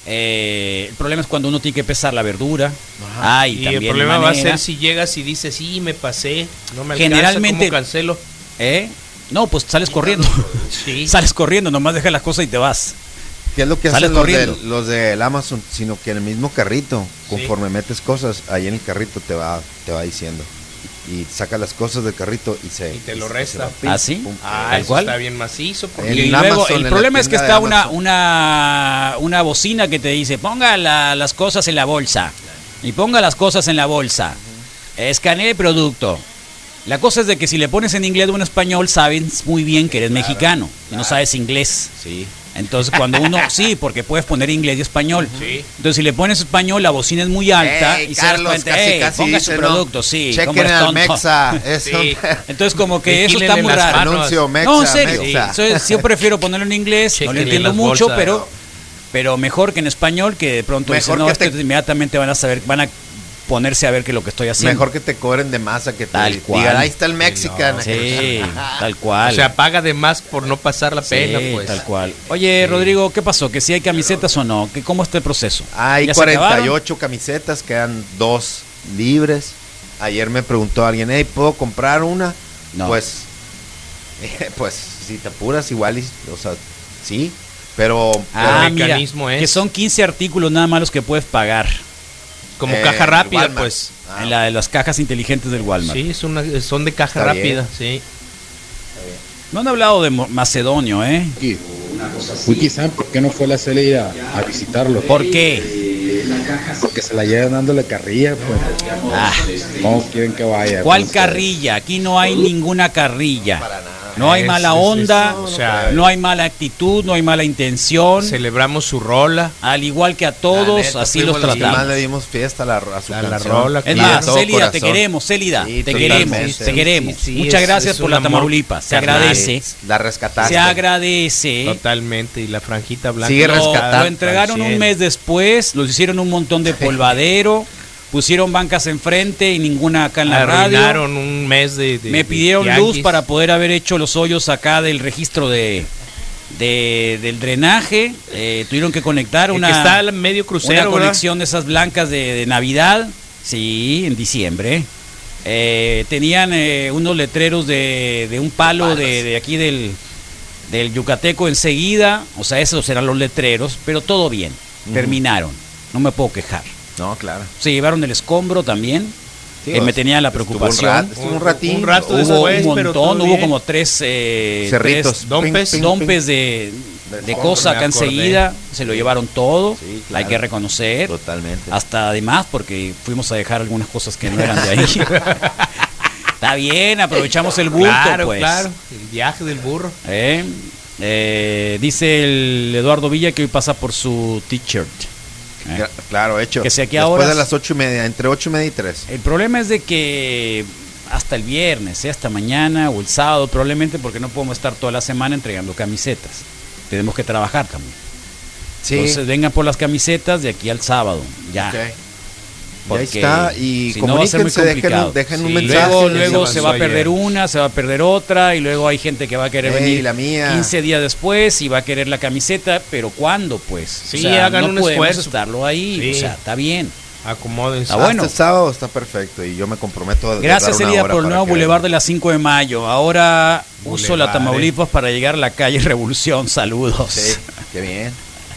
Eh, el problema es cuando uno tiene que pesar la verdura. Ah, y,
y
también
el problema va a
manera.
ser si llegas y dices, sí, me pasé, no me alcanza,
Generalmente,
¿cómo cancelo?
¿Eh? No, pues sales corriendo.
Sí.
Sales corriendo, nomás dejas las cosas y te vas.
¿Qué es lo que
Sales
hacen los,
corriendo.
de, los del Amazon? Sino que en el mismo carrito, conforme metes cosas, ahí en el carrito te va, te va diciendo. Y sacas las cosas del carrito y se...
Y te lo
se
resta.
va,
¿Ah, sí?
pum,
Ah,
Tal
eso
cual.
está bien macizo. Porque
En
Y luego,
Amazon,
el
en la
problema es que
tienda
está
de
una,
Amazon.
una, una bocina que te dice, ponga la- las cosas en la bolsa. Y ponga las cosas en la bolsa. Escanee el producto. La cosa es de que si le pones en inglés o en español, sabes muy bien que eres mexicano. Y no sabes inglés.
Sí.
Entonces cuando uno, sí, porque puedes poner inglés y español.
Sí.
Entonces si le pones español, la bocina es muy alta.
Ey,
y
Carlos,
se das cuenta,
casi,
"Ey,
casi
ponga
dice,
su
¿no?
producto, sí.
Chequen
¿cómo eres
al
tonto?"
Mexa. Eso.
Sí.
Entonces como que eso está
Vigílenle
muy
las
raro.
manos.
Anuncio, Mexa,
No, en serio.
Mexa.
Entonces, yo prefiero ponerlo en inglés, no lo
Chéquenle
entiendo
las
mucho,
bolsas.
pero pero mejor que en español, que de pronto
Mejor
dicen, no,
que
esto
te-
inmediatamente van a saber, van a ponerse a ver qué es lo que estoy haciendo.
Mejor que te cobren de masa que te
Tal cual.
digan, ahí está el Mexican.
Sí, tal
O
cual.
sea, paga de más por no pasar la
Sí,
pena, pues.
tal cual. Oye, Rodrigo, ¿qué pasó? ¿Que si hay camisetas o no? ¿Que ¿Cómo está el proceso?
Hay
¿Ya se
cuarenta y
acabaron?
ocho camisetas, quedan dos libres. Ayer me preguntó alguien, hey, ¿puedo comprar una?
No.
Pues, pues, si te apuras igual, y- o sea, sí, pero...
Ah,
¿Qué
mira,
mecanismo es?
que son quince artículos nada más los que puedes pagar.
Como
Eh,
caja
el
rápida,
Walmart.
pues.
Ah,
En la de las cajas inteligentes del Walmart.
Sí, es una, son de caja
Está
rápida, sí.
No han hablado de Mo- Macedonio, ¿eh?
Wiki, Wiki, ¿saben por qué no fue la Cele ir a, a visitarlo?
¿Por qué?
Porque se la llevan dándole carrilla, pues.
Ah,
¿Cómo quieren que vaya?
¿cuál
Pues,
carrilla? Aquí no hay ninguna carrilla. No hay
Es-
mala
es-
onda,
es- o sea,
no hay mala actitud, no hay mala intención.
Celebramos su rola.
Al igual que a
la
todos,
neta,
así
fuimos
los
los que más
tratamos.
le dimos fiesta a la, a su
A la
canción.
rola,
Es
Y
más,
de todo
Célida, te
corazón.
queremos, Célida,
Sí,
te
totalmente.
queremos, te
Sí,
queremos.
sí,
Muchas
es-
gracias
es
por
un
la
amor
Tamaulipas, se
carnal.
agradece.
La rescataste.
Se agradece.
Totalmente. Y la franjita blanca.
Sigue
Lo,
rescatando.
lo entregaron un mes después, los hicieron un montón de polvadero, pusieron bancas enfrente y ninguna acá en la radio.
Arruinaron un mes de, de-
Me
de
pidieron luz
tianguis.
para poder haber hecho los hoyos acá del registro de, de- del drenaje. Eh, tuvieron que conectar
El
una,
que está al medio crucero,
una
¿verdad?
conexión de esas blancas de, de Navidad. Sí, en diciembre. Eh, tenían eh, unos letreros de, de un palo de, de aquí del, del Yucateco enseguida. O sea, esos eran los letreros, pero todo bien.
Ujú.
Terminaron. No me puedo quejar.
No, claro.
Se llevaron el escombro también.
Sí,
Eh,
o
me
sea,
tenía la
estuvo un
preocupación.
rato, estuvo un ratín.
Un rato
Hubo
después,
un
pero
montón,
todo
hubo
bien.
como tres, eh,
Cerritos.
tres
Dompes.
Ping, ping,
dompes de,
De
de
escombro,
cosa
me
acá
acordé.
enseguida. Se lo llevaron todo.
Sí,
Hay
claro.
que reconocer.
Totalmente.
Hasta además, porque fuimos a dejar algunas cosas que no eran de ahí. Está bien, aprovechamos el bulto,
Claro,
pues.
claro. El viaje del burro.
Eh, eh, dice el Eduardo Villa que hoy pasa por su t-shirt. Eh.
Gra- Claro, hecho.
Que si aquí
Después
ahora-
de las ocho y media, entre ocho y media y tres.
El problema es de que hasta el viernes, ¿eh? hasta mañana o el sábado, probablemente porque no podemos estar toda la semana entregando camisetas. Tenemos que trabajar también.
Sí.
Entonces vengan por las camisetas de aquí al sábado. Ya.
Ok.
Porque
ahí está, y
si no va a ser muy
comuníquense, dejen
complicado.
un- dejen un
Sí.
mensaje.
Luego,
Ya
luego
se
se va a
avanzó
perder
ayer.
una, se va a perder otra, y luego hay gente que va a querer
Ey,
venir
la mía.
quince días después y va a querer la camiseta, pero ¿cuándo, pues?
Sí,
O sea,
hagan
no
un
podemos
esfuerzo.
estarlo ahí,
Sí.
o sea, está bien.
Acomódense.
Está bueno.
Hasta el sábado está perfecto y yo me comprometo a
Gracias,
dar una
Elida,
hora
por el
para
nuevo
que
Boulevard de
vengan.
las cinco de mayo. Ahora uso la
Boulevard,
Tamaulipas para llegar a la calle Revolución. Saludos.
Sí, qué bien.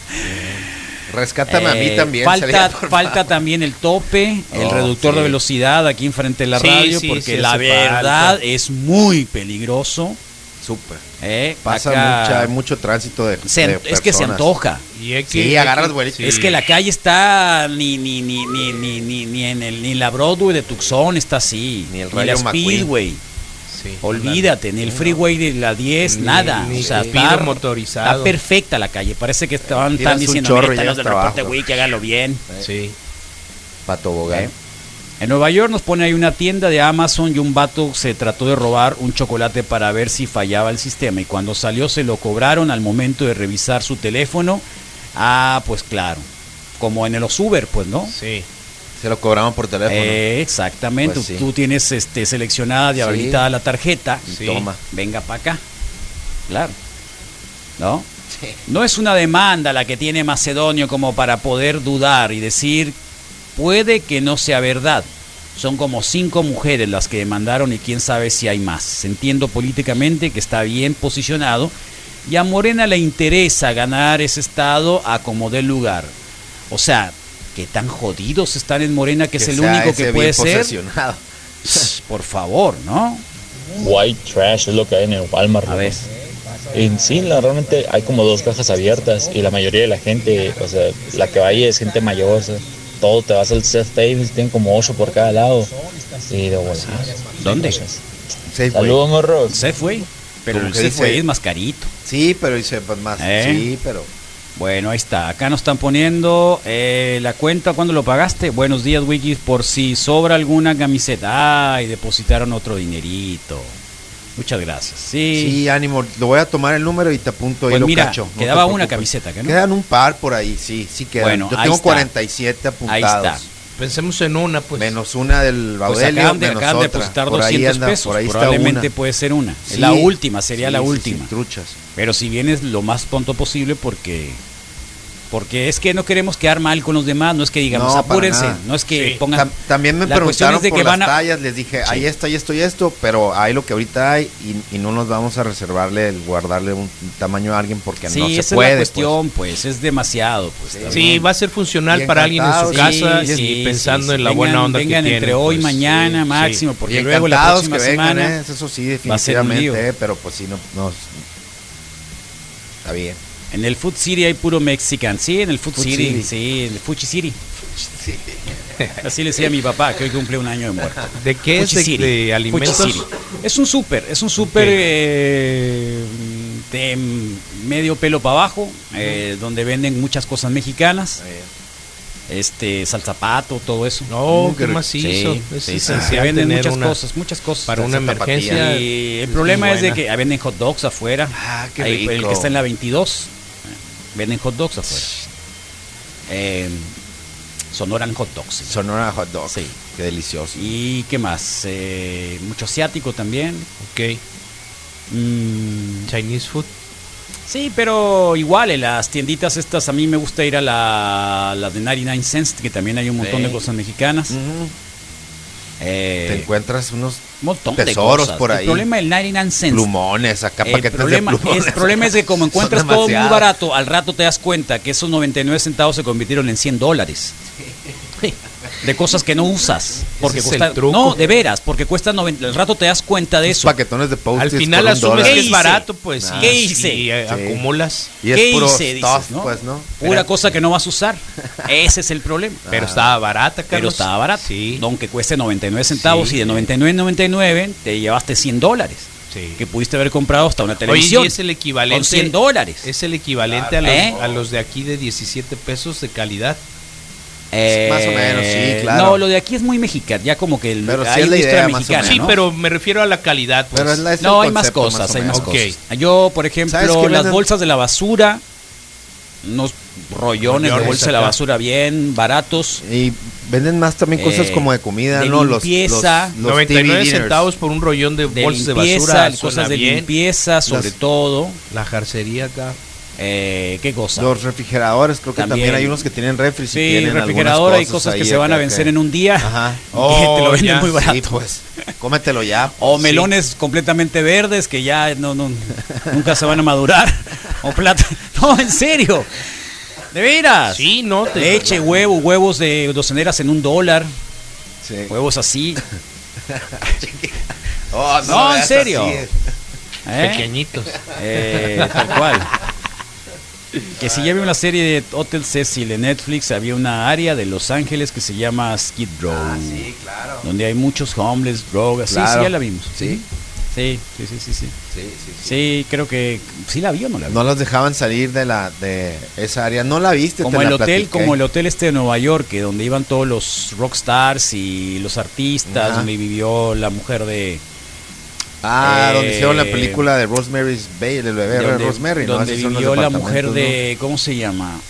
Rescátame a mí
Eh,
también.
Falta,
Celia, por
falta
favor.
también el tope, el
Oh,
reductor
sí.
de velocidad aquí enfrente de la
Sí,
radio,
sí,
porque
sí
la
hace
verdad
falta.
es muy peligroso.
Súper.
Eh,
Pasa
acá
mucha, hay mucho tránsito de,
se an-
de
es que se
personas.
antoja.
Y hay que-
Sí,
hay
agarras
que-
vueltas.
sí.
Es que la calle está ni ni ni ni ni ni, ni en el ni en la Broadway de Tucson está así,
Ni el
la
Rayo McQueen.
Speedway.
Sí,
Olvídate, ni el freeway de la diez,
Ni-
nada.
ni
o sea,
Speedo
está,
motorizado.
está perfecta la calle. Parece que estaban
Tiras
están
un
diciendo,
chorro
"Mira,
y
están los del
llegas
reporte
trabajo".
Wiki, háganlo bien.
Sí.
Pa' tobogán.
¿Eh? En Nueva York nos pone ahí una tienda de Amazon y un vato se trató de robar un chocolate para ver si fallaba el sistema y cuando salió se lo cobraron al momento de revisar su teléfono. Ah, pues claro, como en los Uber, pues, ¿no?
Sí.
Se lo cobraban por teléfono.
Eh, exactamente,
Pues sí.
tú tienes este seleccionada y
Sí.
habilitada la tarjeta
Y
Sí.
toma.
venga para acá. Claro. ¿No? No es una demanda la que tiene Macedonio como para poder dudar y decir, puede que no sea verdad. Son como cinco mujeres las que demandaron y quién sabe si hay más. Entiendo políticamente que está bien posicionado y a Morena le interesa ganar ese estado a como dé lugar. O sea, que tan jodidos están en Morena que, que es el único que puede ser. Por favor, ¿no?
White trash es lo que hay en el Walmart.
A ver.
En sí, la, realmente hay como dos cajas abiertas y la mayoría de la gente, o sea, la que va ahí es gente mayor, o sea, todo te vas al Seth Davis, tienen como ocho por cada lado. Y de volada.
¿Dónde?
Saludos, morros.
Safeway. Pero el Safeway es más carito.
Sí, pero dice pues más. ¿Eh? Sí, pero.
Bueno, ahí está. Acá nos están poniendo eh, la cuenta. ¿Cuándo lo pagaste? Buenos días, Wiki. Por si sobra alguna camiseta. Ay, depositaron otro dinerito. Muchas gracias. Sí,
sí, ánimo. Lo voy a tomar el número y te apunto ahí,
pues
lo
mira,
cacho. No
quedaba una camiseta, ¿no?
Quedan un par por ahí, sí, sí quedan.
Bueno,
yo tengo
está.
cuarenta y siete apuntados.
Ahí está.
Pensemos en una, pues.
Menos una del Baudelio,
pues acaban de,
menos
acaban de
otra.
depositar
por
doscientos
anda,
pesos.
Por ahí
Probablemente
está
puede ser una.
Sí,
la última, sería
sí,
la
sí,
última.
Sí, truchas.
Pero si vienes lo más pronto posible porque... Porque es que no queremos quedar mal con los demás, no es que digamos, no, apúrense, no es que sí. pongan...
Tam también me preguntaron
de
por
que
las
van a...
tallas, les dije, sí. ahí está, y esto y esto, pero hay lo que ahorita hay y, y no nos vamos a reservarle, el guardarle un tamaño a alguien porque
sí,
no se
esa
puede.
Es la cuestión, pues, pues es demasiado. Pues,
sí, sí va a ser funcional para alguien en su casa sí, y sí, pensando sí, en la vengan, buena onda
vengan
que
entre
tienen,
hoy y
pues,
mañana
sí,
máximo,
sí.
porque
y
luego la próxima
que
semana
vengan, ¿eh? Eso sí, definitivamente, eh, pero pues sí, no, no... Está bien.
En el Food City hay puro mexican, sí, en el Food,
Food
City,
City,
sí, en el Fuchi City. Sí. Así le decía a mi papá, que hoy cumple un año de muerto.
¿De qué
Fuchi
es? De, de alimentos.
Es un súper, es un súper okay. eh, de medio pelo para abajo, eh, donde venden muchas cosas mexicanas. Este, salzapato, todo eso.
No, qué macizo.
Sí, es sí, sí, sí, venden muchas una, cosas, muchas cosas.
Para una emergencia.
Y el problema es de que venden hot dogs afuera.
Ah, qué
Ahí,
rico.
El que está en la veintidós, venden hot dogs afuera. Eh, Sonoran hot dogs. Sí.
Sonora hot dogs.
Sí.
Qué delicioso.
¿Y qué más? Eh, mucho asiático también.
Ok. Mm, Chinese food.
Sí, pero igual en las tienditas estas a mí me gusta ir a la, la de noventa y nueve cents, que también hay un montón sí. de cosas mexicanas. Uh-huh. eh,
Te encuentras unos
montón
tesoros
de cosas.
por ahí.
El problema del noventa y nueve cents.
Plumones, acá
el
paquetes
problema,
de plumones.
El problema es que como encuentras todo muy barato, al rato te das cuenta que esos noventa y nueve centavos se convirtieron en cien dólares. De cosas que no usas porque cuesta, no, de veras, porque cuesta noventa, al rato te das cuenta de eso.
Paquetones de post-its.
Al final asumes que es barato, pues.
Nah, ¿qué hice?
Y, eh, sí. acumulas.
Y es
¿Qué
puro
hice? Dices,
stuff,
¿no?
Pues, ¿no?
Pura Pero, cosa que no vas a usar. Ese es el problema.
Pero ah. estaba barata, Carlos.
Pero estaba barata.
Sí.
Aunque cueste noventa y nueve centavos, sí. y de noventa y nueve en noventa y nueve te llevaste cien dólares. Sí. Que pudiste haber comprado hasta una televisión.
Oye, y es el equivalente.
Con cien dólares.
Es el equivalente claro. a, los, ¿Eh? a los de aquí de diecisiete pesos de calidad.
Eh,
más o menos, sí, claro.
No, lo de aquí es muy mexicano, ya como que el,
pero sí
hay
es la idea
mexicana,
Sí,
¿no?
pero me refiero a la calidad. Pues.
Pero es la, es
no, hay más cosas, más hay más okay. cosas. Yo, por ejemplo, las venden? bolsas de la basura, unos rollones, rollones de bolsa acá. de la basura bien baratos.
Y venden más también cosas eh, como de comida,
de
¿no?
Limpieza.
Los, los, los
noventa y nueve centavos por un rollón de, de bolsas limpieza, de basura.
Cosas de
bien.
limpieza, sobre las, todo.
La jarcería acá.
Eh, ¿Qué cosa?
Los refrigeradores, creo que también, también hay unos que tienen refri.
Sí, tienen refrigerador, hay cosas que se van a vencer que... en un día.
Ajá.
Oh, que te lo venden ya. muy barato.
Sí, pues, cómetelo ya.
O sí. melones completamente verdes que ya no, no nunca se van a madurar. O plata. No, en serio. ¿De veras?
Sí, no.
Te Leche, huevo, huevos de doceneras en un dólar.
Sí.
Huevos así.
oh, no,
no en serio.
Así,
¿Eh?
Pequeñitos.
Eh, tal cual. Que si ya vi una serie de Hotel Cecil en Netflix, había una área de Los Ángeles que se llama Skid Row.
Ah, sí, claro.
Donde hay muchos homeless, drogas.
Claro.
Sí, sí, ya la vimos.
¿Sí?
Sí, sí, sí, sí. Sí,
sí, sí, sí.
sí creo que sí la vi o no la vi.
No los dejaban salir de la de esa área. No la viste,
como
te
el
la
hotel,
platiqué.
como el hotel este de Nueva York, que donde iban todos los rockstars y los artistas, Ajá. donde vivió la mujer de
Ah,
eh,
donde hicieron la película de Rosemary's Baby, el bebé de Rosemary, ¿no?
Donde vivió la mujer de, ¿no? ¿Cómo se llama?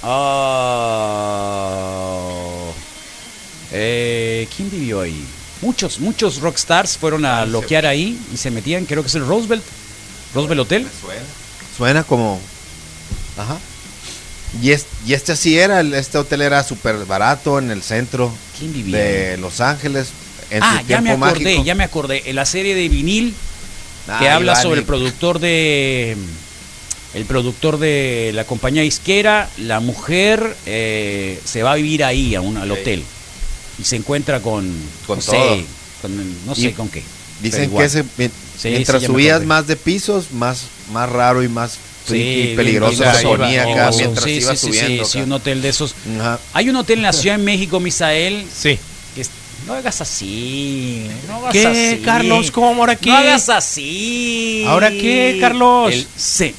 Oh, eh, ¿quién vivió ahí? Muchos, muchos rockstars fueron a loquear ahí y se metían, creo que es el Roosevelt, Roosevelt Hotel.
Suena, suena como Ajá. Y, es, y este así era, el- este hotel era súper barato en el centro
¿Quién vivía
de Los Ángeles. En
Ah,
su
ya me
tiempo
acordé,
mágico.
ya me acordé. En la serie de vinil
Ah,
que habla
Iván,
sobre
y-
el productor de el productor de la compañía disquera, la mujer eh, se va a vivir ahí a un, al
Ok.
hotel y se encuentra con,
Con
no
todo.
sé, con, no sé
Y
con qué.
Dicen
pero
que
igual.
ese, mi-
Sí,
mientras
sí, ya me
subías
acordé.
más de pisos, más, más raro y más friki
Sí,
y
bien,
peligroso
bien,
se
iba-
ponía
iba-
acá
sí,
mientras
sí,
iba
sí,
subiendo.
Sí, sí,
acá.
un hotel de esos.
Ajá.
Hay un hotel en la Ciudad de México, Misael.
Sí.
Que es- no hagas así. No hagas
¿Qué,
así.
Carlos? ¿Cómo ahora qué?
No hagas así.
¿Ahora qué, Carlos?
El- sí.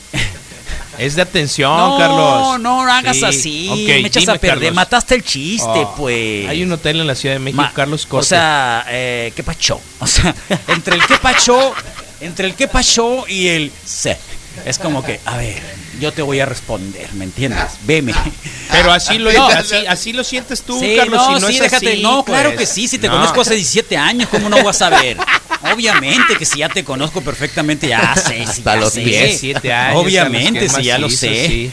Es de atención,
No,
Carlos.
no, no hagas
Sí.
así.
Ok,
me echas
dime,
a perder.
Carlos.
Mataste el chiste,
Oh,
pues.
Hay un hotel en la Ciudad de México,
Ma-
Carlos
O
Corte.
sea, eh, ¿qué pacho? O sea, entre el qué pacho, entre el qué pacho y el se. Es como que, a ver, yo te voy a responder, ¿me entiendes? Veme.
Pero así lo,
No.
así, así lo sientes tú,
Sí,
Carlos.
no,
si no
sí,
es
déjate.
así,
no, claro
pues.
que sí. Si te
No.
conozco hace diecisiete años, ¿cómo no vas a ver? Obviamente que si ya te conozco perfectamente, ya sé. Sí,
Hasta
ya
los
sé.
pies.
Siete años,
Obviamente,
Carlos,
si
que
ya
es
lo
macizo,
sé.
sí.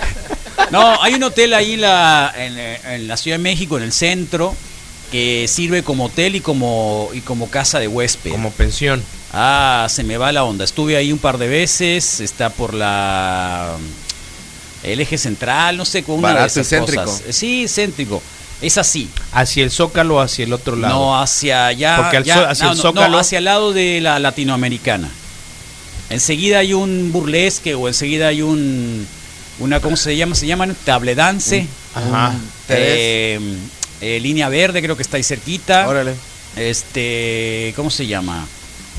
No, hay un hotel ahí en la, en, en la Ciudad de México, en el centro, que sirve como hotel y como, y como casa de huésped.
Como pensión.
Ah, se me va la onda. Estuve ahí un par de veces. Está por la el eje central, no sé, con una
Barato
de
y
esas
céntrico.
cosas. Sí, céntrico. Es así.
¿Hacia el Zócalo o hacia el otro lado?
No, hacia allá.
Porque al
ya-
zo- hacia
no,
el
no,
Zócalo-
no, hacia el lado de la latinoamericana. Enseguida hay un burlesque o enseguida hay un una ¿cómo se llama? Se llaman table dance.
Ajá.
Eh, eh, línea verde creo que está ahí cerquita.
Órale.
Este, ¿cómo se llama?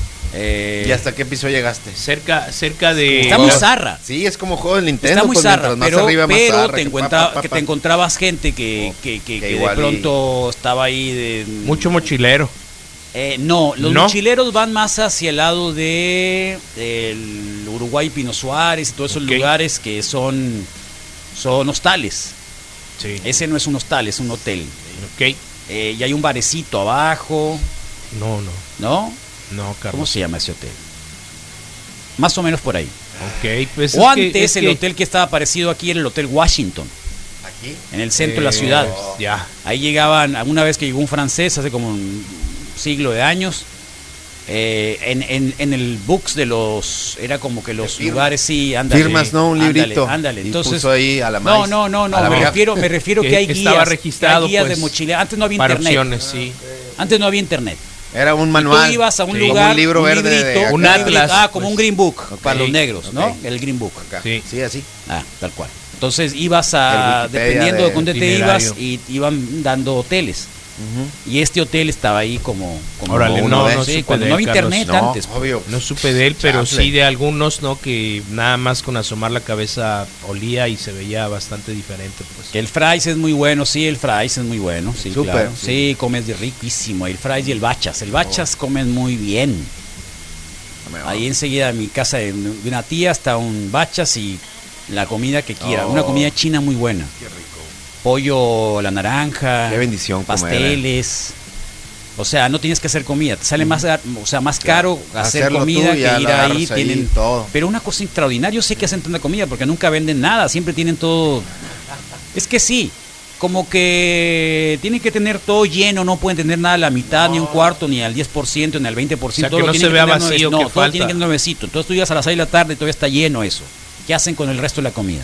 Eh,
¿Y hasta qué piso llegaste?
Cerca, cerca de.
Está muy zarra.
Sí, es como juego del Nintendo.
Está muy
pues,
zarra,
mientras más
pero,
arriba, más
pero
zarra,
te,
que
encuentra-
pa, pa, pa,
que
pa.
te encontrabas gente que, que, que- que de
igual y-
pronto estaba ahí de...
Mucho mochilero.
Eh, no, los
¿No?
mochileros van más hacia el lado de el Uruguay, Pino Suárez y todos esos
Ok.
lugares que son, son hostales.
Sí.
Ese no es un hostal, es un hotel.
Ok.
Eh, y hay un barecito abajo,
No, no.
¿no?
No, Carlos.
¿Cómo se llama ese hotel? Más o menos por ahí.
Ok, pues
o
es que-
antes
es
el
que-
hotel que estaba parecido aquí era el Hotel Washington.
¿Aquí?
En el centro de la
Eh,
ciudad.
Ya.
Ahí llegaban, alguna vez que llegó un francés hace como un siglo de años, eh, en, en, en el books de los, era como que los
firmas.
lugares, sí, ándale.
Firmas, ¿no? Un
ándale,
librito.
Ándale,
Y
entonces.
puso ahí a la
no,
maíz,
no, no,
a
no,
la
me
verga.
refiero, me refiero que,
Que-
hay
que
guías.
estaba
que hay
registrado,
guías
pues,
de mochilero. Antes no había
para
internet.
opciones, sí.
Antes no había internet.
Era un
Y
manual.
tú ibas a un
Sí.
lugar,
Como un libro verde de
librito,
acá.
Un
librito,
atlas,
ah, como
pues.
un green book
Ok.
para los negros, ¿no?
Ok.
El green book.
Acá.
Sí.
Sí, así.
Ah, tal cual. Entonces ibas a,
El Wikipedia
dependiendo de
de
dónde te
itinerario.
ibas, y iban dando hoteles. Y este hotel estaba ahí como, como
Órale,
uno
no,
de-
no
sí,
supe
cuando
de
no
él,
había
Carlos.
internet
No,
antes. pues.
obvio.
No supe de él, pero
Chafle.
sí de algunos, ¿no? Que nada más con asomar la cabeza olía y se veía bastante diferente, pues.
Que el fries es muy bueno, sí, el fries es muy bueno, sí,
Súper,
claro.
sí.
Sí, comes de riquísimo. El fries y el bachas. El bachas comen muy bien. Ahí enseguida en mi casa de de una tía está un bachas y la comida que quiera.
Oh.
Una comida china muy buena.
Qué rico.
Pollo a la naranja.
Qué bendición comer,
pasteles. O sea, no tienes que hacer comida. Te sale más, gar- o sea, más caro hacer
Hacerlo
comida
tú y ya
que ir
la
ahí.
agarras ahí,
Tienen
todo.
Pero una cosa extraordinaria, yo sé que hacen tanta comida porque nunca venden nada. Siempre tienen todo. Es que sí. Como que tienen que tener todo lleno, no pueden tener nada a la mitad, ni un cuarto, ni al diez por ciento, ni al veinte por ciento.
O sea, que
todo lo
no
tienen
se vea
tener
vacío,
nueve- No,
que
todo
falta.
tiene que tener nuevecito. Entonces tú llegas a las seis de la tarde y todavía está lleno eso. ¿Qué hacen con el resto de la comida?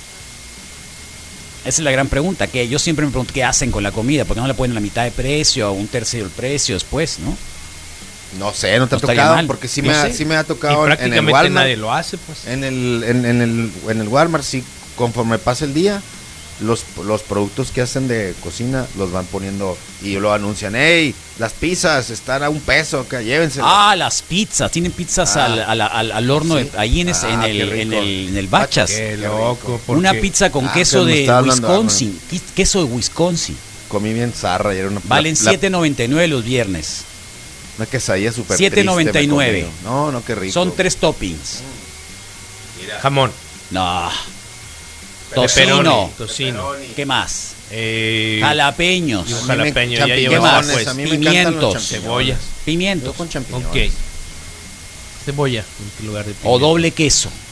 Esa es la gran pregunta, que yo siempre me pregunto qué hacen con la comida, porque no la ponen a la mitad de precio o un tercio del precio después, ¿no?
No sé, no te
No
ha
estaría
tocado,
mal.
porque sí,
No
me ha,
sé.
sí me ha
Y
tocado en el
prácticamente
Walmart.
nadie lo hace, pues.
En el, en, en el, en el Walmart, sí, conforme pasa el día, los, los productos que hacen de cocina los van poniendo y lo anuncian. ¡Ey! Las pizzas están a un peso, que llévenselas.
Ah, las pizzas, tienen pizzas
Ah.
al, al, al- al horno,
Sí.
de- ahí en, ese-
Ah,
en,
qué
el,
rico.
en, el, en el Bachas.
Qué
rico.
loco.
Una
porque-
pizza con
Ah,
queso
que me
de
está hablando,
Wisconsin, qui- queso de Wisconsin.
Comí bien zarra y era una
Valen
la-
siete noventa y nueve los viernes.
Una quesadilla súper
siete noventa y nueve.
triste me comí. No, no, qué rico.
Son tres toppings.
Jamón.
No.
Pepperoni,
Tocino.
Tocino.
¿Qué más?
Eh,
Jalapeños.
y un
A mí me-
jalapeño. Ya
champiñones,
lleva
más?
pues.
a mí me encantan los
Pimientos.
champiñones.
Cebollas.
Pimientos.
Yo con champiñones.
Ok. Cebolla en lugar de
O
pimiento.
doble queso.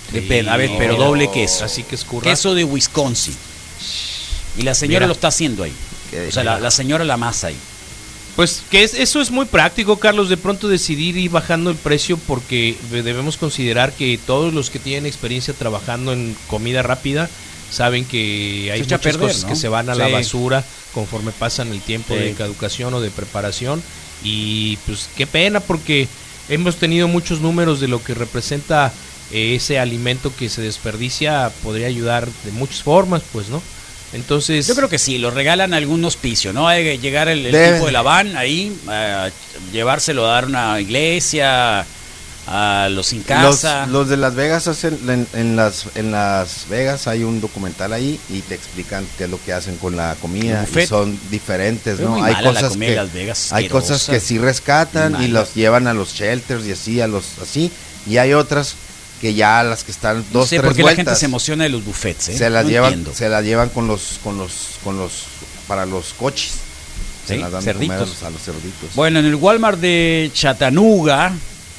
Depende, a ver, pero doble queso.
Así que escurra.
Queso de Wisconsin. Y la señora
Mira.
lo está haciendo ahí. O sea, la, la señora la masa ahí.
Pues que es, eso es muy práctico, Carlos, de pronto decidir ir bajando el precio, porque debemos considerar que todos los que tienen experiencia trabajando en comida rápida saben que hay
Se echa a
muchas
perder,
cosas
¿no?
que se van a
Sí.
la basura conforme pasan el tiempo
Sí.
de caducación o de preparación, y pues qué pena, porque hemos tenido muchos números de lo que representa eh, ese alimento que se desperdicia. Podría ayudar de muchas formas, pues, ¿no? Entonces,
yo creo que sí, lo regalan a algún hospicio, ¿no? Hay que llegar el, el
Debe.
tipo de la van ahí, a llevárselo a dar a una iglesia, a los sin casa.
Los, los de Las Vegas hacen, en, en las en Las Vegas hay un documental ahí y te explican qué es lo que hacen con la comida, y son diferentes,
Pero
¿no?
muy
Hay
mala la
cosas
comida de
que
Las Vegas,
hay cosas
asquerosa.
que sí rescatan
Muy
y
mala.
los llevan a los shelters y así, a los así, y hay otras que ya las que están dos
No sé
tres
por qué la
vueltas,
gente se emociona de los buffets, ¿eh?
se las
No
llevan
entiendo.
se las llevan con los con los con los para los coches. Se
Sí,
las dan de comer a
cerditos.
los, a los cerditos.
Bueno, en el Walmart de Chattanooga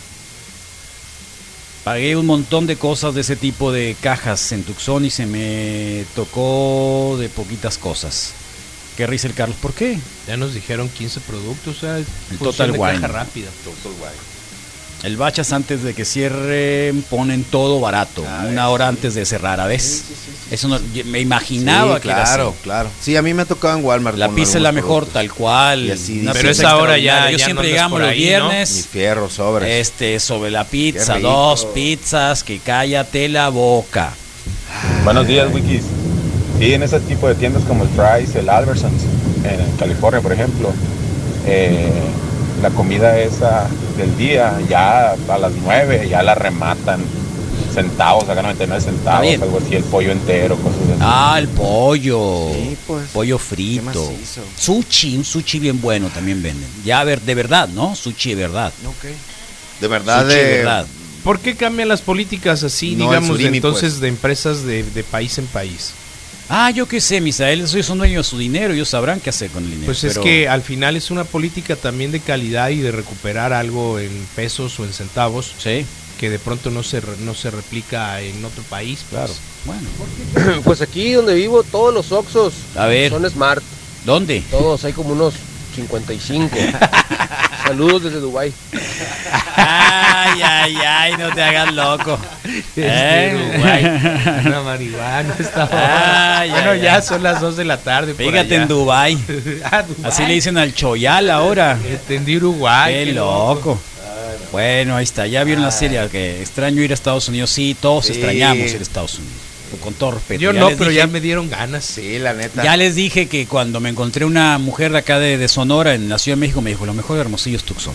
pagué un montón de cosas de ese tipo de cajas en Tucson y se me tocó de poquitas cosas. Qué risa el Carlos, ¿por qué?
ya nos dijeron quince productos, o sea,
El
función
Total
de
Wine.
caja rápida.
El Bachas antes de que cierren ponen todo barato, una hora antes de cerrar, ¿a ves? Eso no, yo me imaginaba
Sí,
que era
claro,
así.
claro. Sí, a mí me ha tocado en Walmart.
La
con
pizza es la
algunos
mejor,
productos.
tal cual.
Y así
Una
dice.
Pero
pizza
esa hora ya-
extraordinaria. Yo
ya
siempre
no andas
llegamos
por
los
ahí, ¿no?
viernes.
Ni fierro, sobres.
Este, sobre la pizza,
Qué rico.
dos pizzas, que cállate la boca.
Buenos días, Wikis. Sí, en ese tipo de tiendas como el Fry's, el Albertsons, en California, por ejemplo, eh, la comida esa del día, ya a las nueve, ya la rematan centavos, acá noventa y nueve centavos,
bien.
algo así, el pollo entero, cosas así.
Ah, el pollo.
Sí, pues.
Pollo
Qué
frito.
macizo.
Sushi, un sushi bien bueno también venden. Ya, a ver, de verdad, ¿no? Sushi de verdad.
Ok. De verdad,
Sushi
de,
de verdad.
¿Por qué cambian las políticas así,
No, el
digamos, de
surimi,
entonces
pues.
de empresas de, de país en país?
Ah, yo qué sé, Misael, ellos son dueños de su dinero, ellos sabrán qué hacer con el dinero.
Pues es
pero-
que al final es una política también de calidad y de recuperar algo en pesos o en centavos,
sí,
que de pronto no se re- no se replica en otro país. Pues.
Claro. Bueno,
Pues aquí donde vivo, todos los Oxxos
a ver,
son Smart.
¿dónde?
Todos, hay como unos cincuenta y cinco. Saludos desde Dubái.
Ay, ay, ay, no te hagas loco.
Desde
¿Eh?
Uruguay. Una marihuana estaba.
Ay,
bueno,
ay,
ya
ay.
son las dos de la tarde. por
Fíjate
allá.
en Dubái.
Ah, Dubái.
Así le dicen al Choyal ahora.
Entendí Uruguay.
Qué loco. Bueno, ahí está. Ya vieron la serie que extraño ir a Estados Unidos. Sí, todos
Sí.
extrañamos ir a Estados Unidos. Con todo respeto.
Yo
Ya
no,
les
pero
dije-
ya me dieron ganas.
Sí, la neta.
Ya les dije que cuando me encontré una mujer de acá de, de Sonora en la Ciudad de México me dijo, lo mejor de Hermosillo es Tucson.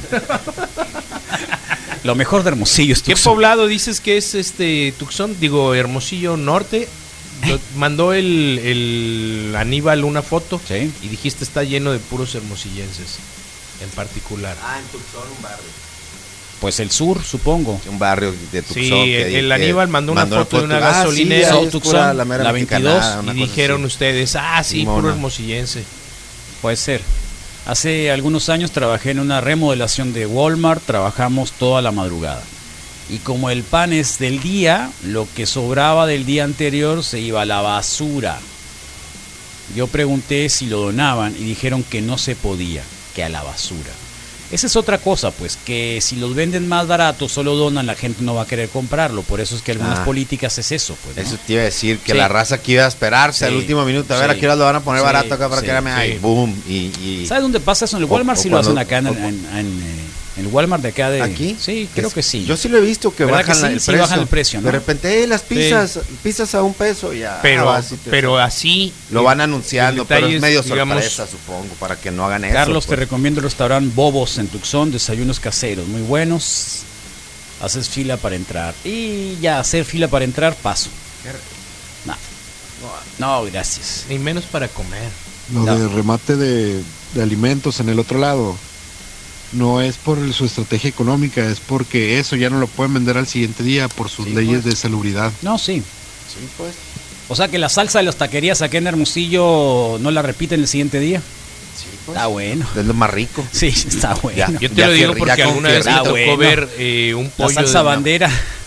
Lo mejor de Hermosillo es
¿Qué
Tucson.
poblado dices que es este Tucson? Digo, Hermosillo Norte. Lo- mandó el, el Aníbal una foto y dijiste está lleno de puros hermosillenses en particular.
Ah, en Tucson, un barrio.
Pues el sur, supongo.
Un barrio de Tucson.
Sí,
que
el,
di-
el
que
Aníbal mandó una foto de una
Ah, sí,
gasolinera
ahí es pura la mera
la
mexicanada,
veintidós,
una
y
cosa
dijeron
así.
ustedes, ah, sí,
Simona.
puro hermosillense.
Puede ser. Hace algunos años trabajé en una remodelación de Walmart, trabajamos toda la madrugada. Y como el pan es del día, lo que sobraba del día anterior se iba a la basura. Yo pregunté si lo donaban y dijeron que no se podía, que a la basura. Esa es otra cosa, pues, que si los venden más baratos, solo donan, la gente no va a querer comprarlo. Por eso es que algunas
Ah.
políticas es eso, pues, ¿no?
Eso te iba a decir, que
Sí.
la raza que iba a esperarse
Sí.
al último minuto, a ver
Sí.
a qué hora lo van a poner
Sí,
barato acá para
sí,
que me ay,
sí.
boom, y, y
¿Sabes dónde pasa eso? En el
O-
Walmart
o
sí lo hacen
cuando-
acá en,
o-
en, en, eh, en el Walmart de acá de...
¿Aquí?
Sí, creo que sí.
Yo sí lo he visto que
¿Verdad
bajan
que
la-
sí?
el
Sí
precio.
bajan el precio, ¿no?
De repente, eh, las pizzas, pizzas a un peso ya.
Pero,
ah, sí te-
pero así
lo van anunciando,
el
pero
detalle
es medio
digamos,
sorpresa, supongo, para que no hagan eso.
Carlos, te
pues.
recomiendo el restaurante Bobos en Tucson, desayunos caseros, muy buenos. Haces fila para entrar. Y ya, hacer fila para entrar, paso. No, no, gracias.
Ni menos para comer.
Lo
No.
de remate de, de alimentos en el otro lado no es por el- su estrategia económica, es porque eso ya no lo pueden vender al siguiente día por sus leyes
pues.
de salubridad.
No, sí.
Sí, pues.
O sea que la salsa de las taquerías aquí en Hermosillo no la repiten el siguiente día.
Sí, pues.
Está bueno.
Es lo más rico.
Sí, está bueno.
Ya.
Yo te lo digo
que-
porque
ya con
alguna vez me
fierrito.
tocó
Está bueno.
ver eh, un
La
pollo
salsa
de una-
bandera.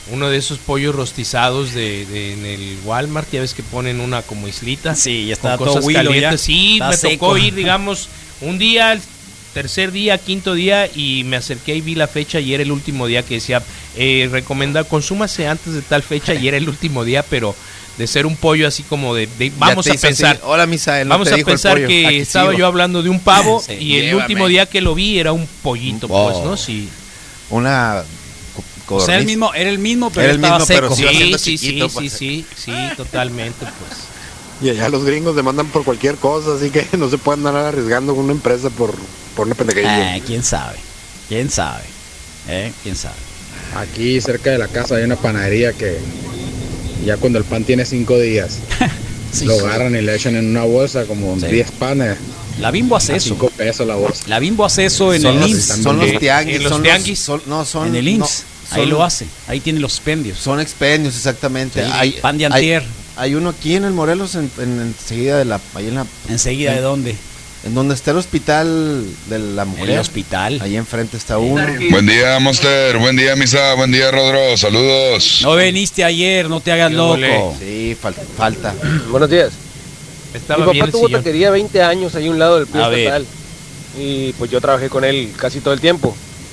uno de esos pollos rostizados de, de en el Walmart, ya ves que ponen una como islita.
Sí, ya está
con
todo
cosas
huilo ya.
calientes. Sí,
Está
me
seco.
tocó ir, digamos, un día, el tercer día, quinto día, y me acerqué y vi la fecha y era el último día que decía, eh, recomenda, consúmase antes de tal fecha, y era el último día, pero de ser un pollo así como de, de vamos
te
a
hizo
pensar,
así, hola Misael, no
vamos
te
a
dijo el
pensar
pollo,
que
aquí
estaba
sigo.
yo hablando de un pavo
Sí,
y el
llévame.
último día que lo vi era un pollito,
Oh.
pues, ¿no? Sí.
Una
O sea, el mismo, era el mismo, pero
Era el
estaba
mismo, pero
seco.
se iba
Sí,
haciendo
sí,
chiquito,
sí,
pues.
sí, sí, sí, totalmente, pues.
Y allá los gringos demandan por cualquier cosa, así que no se pueden andar arriesgando con una empresa por, por una pendejadilla.
Ah, quién sabe, quién sabe, ¿eh? quién sabe.
Aquí cerca de la casa hay una panadería que ya cuando el pan tiene cinco días,
Sí,
lo
sí.
agarran y le echan en una bolsa como
Sí.
diez panes.
La Bimbo hace
a
eso.
cinco pesos la bolsa.
La Bimbo hace eso en
Son
el
los-
I M S S.
son los
Eh,
tianguis,
en los
son los-
tianguis.
son- no, son-
en el I M S S.
no,
Ahí
son-
lo hace. Ahí tiene los expendios.
Son expendios, exactamente.
Sí,
hay,
pan de
hay-
antier.
Hay, uno aquí en el Morelos, en, en- enseguida de la... Ahí en la
¿Enseguida de dónde?
En donde está el hospital de la mujer.
El hospital.
Ahí enfrente está uno.
Buen día, Monster. Buen día, Misa. Buen día, Rodro. Saludos.
No viniste ayer, no te hagas loco.
Sí, falta. falta.
Buenos días.
Estaba
Mi
bien
papá
el
tuvo
sillón.
taquería veinte años ahí a un lado del
A
Pío
ver.
Estatal. Y pues yo trabajé con él casi todo el tiempo.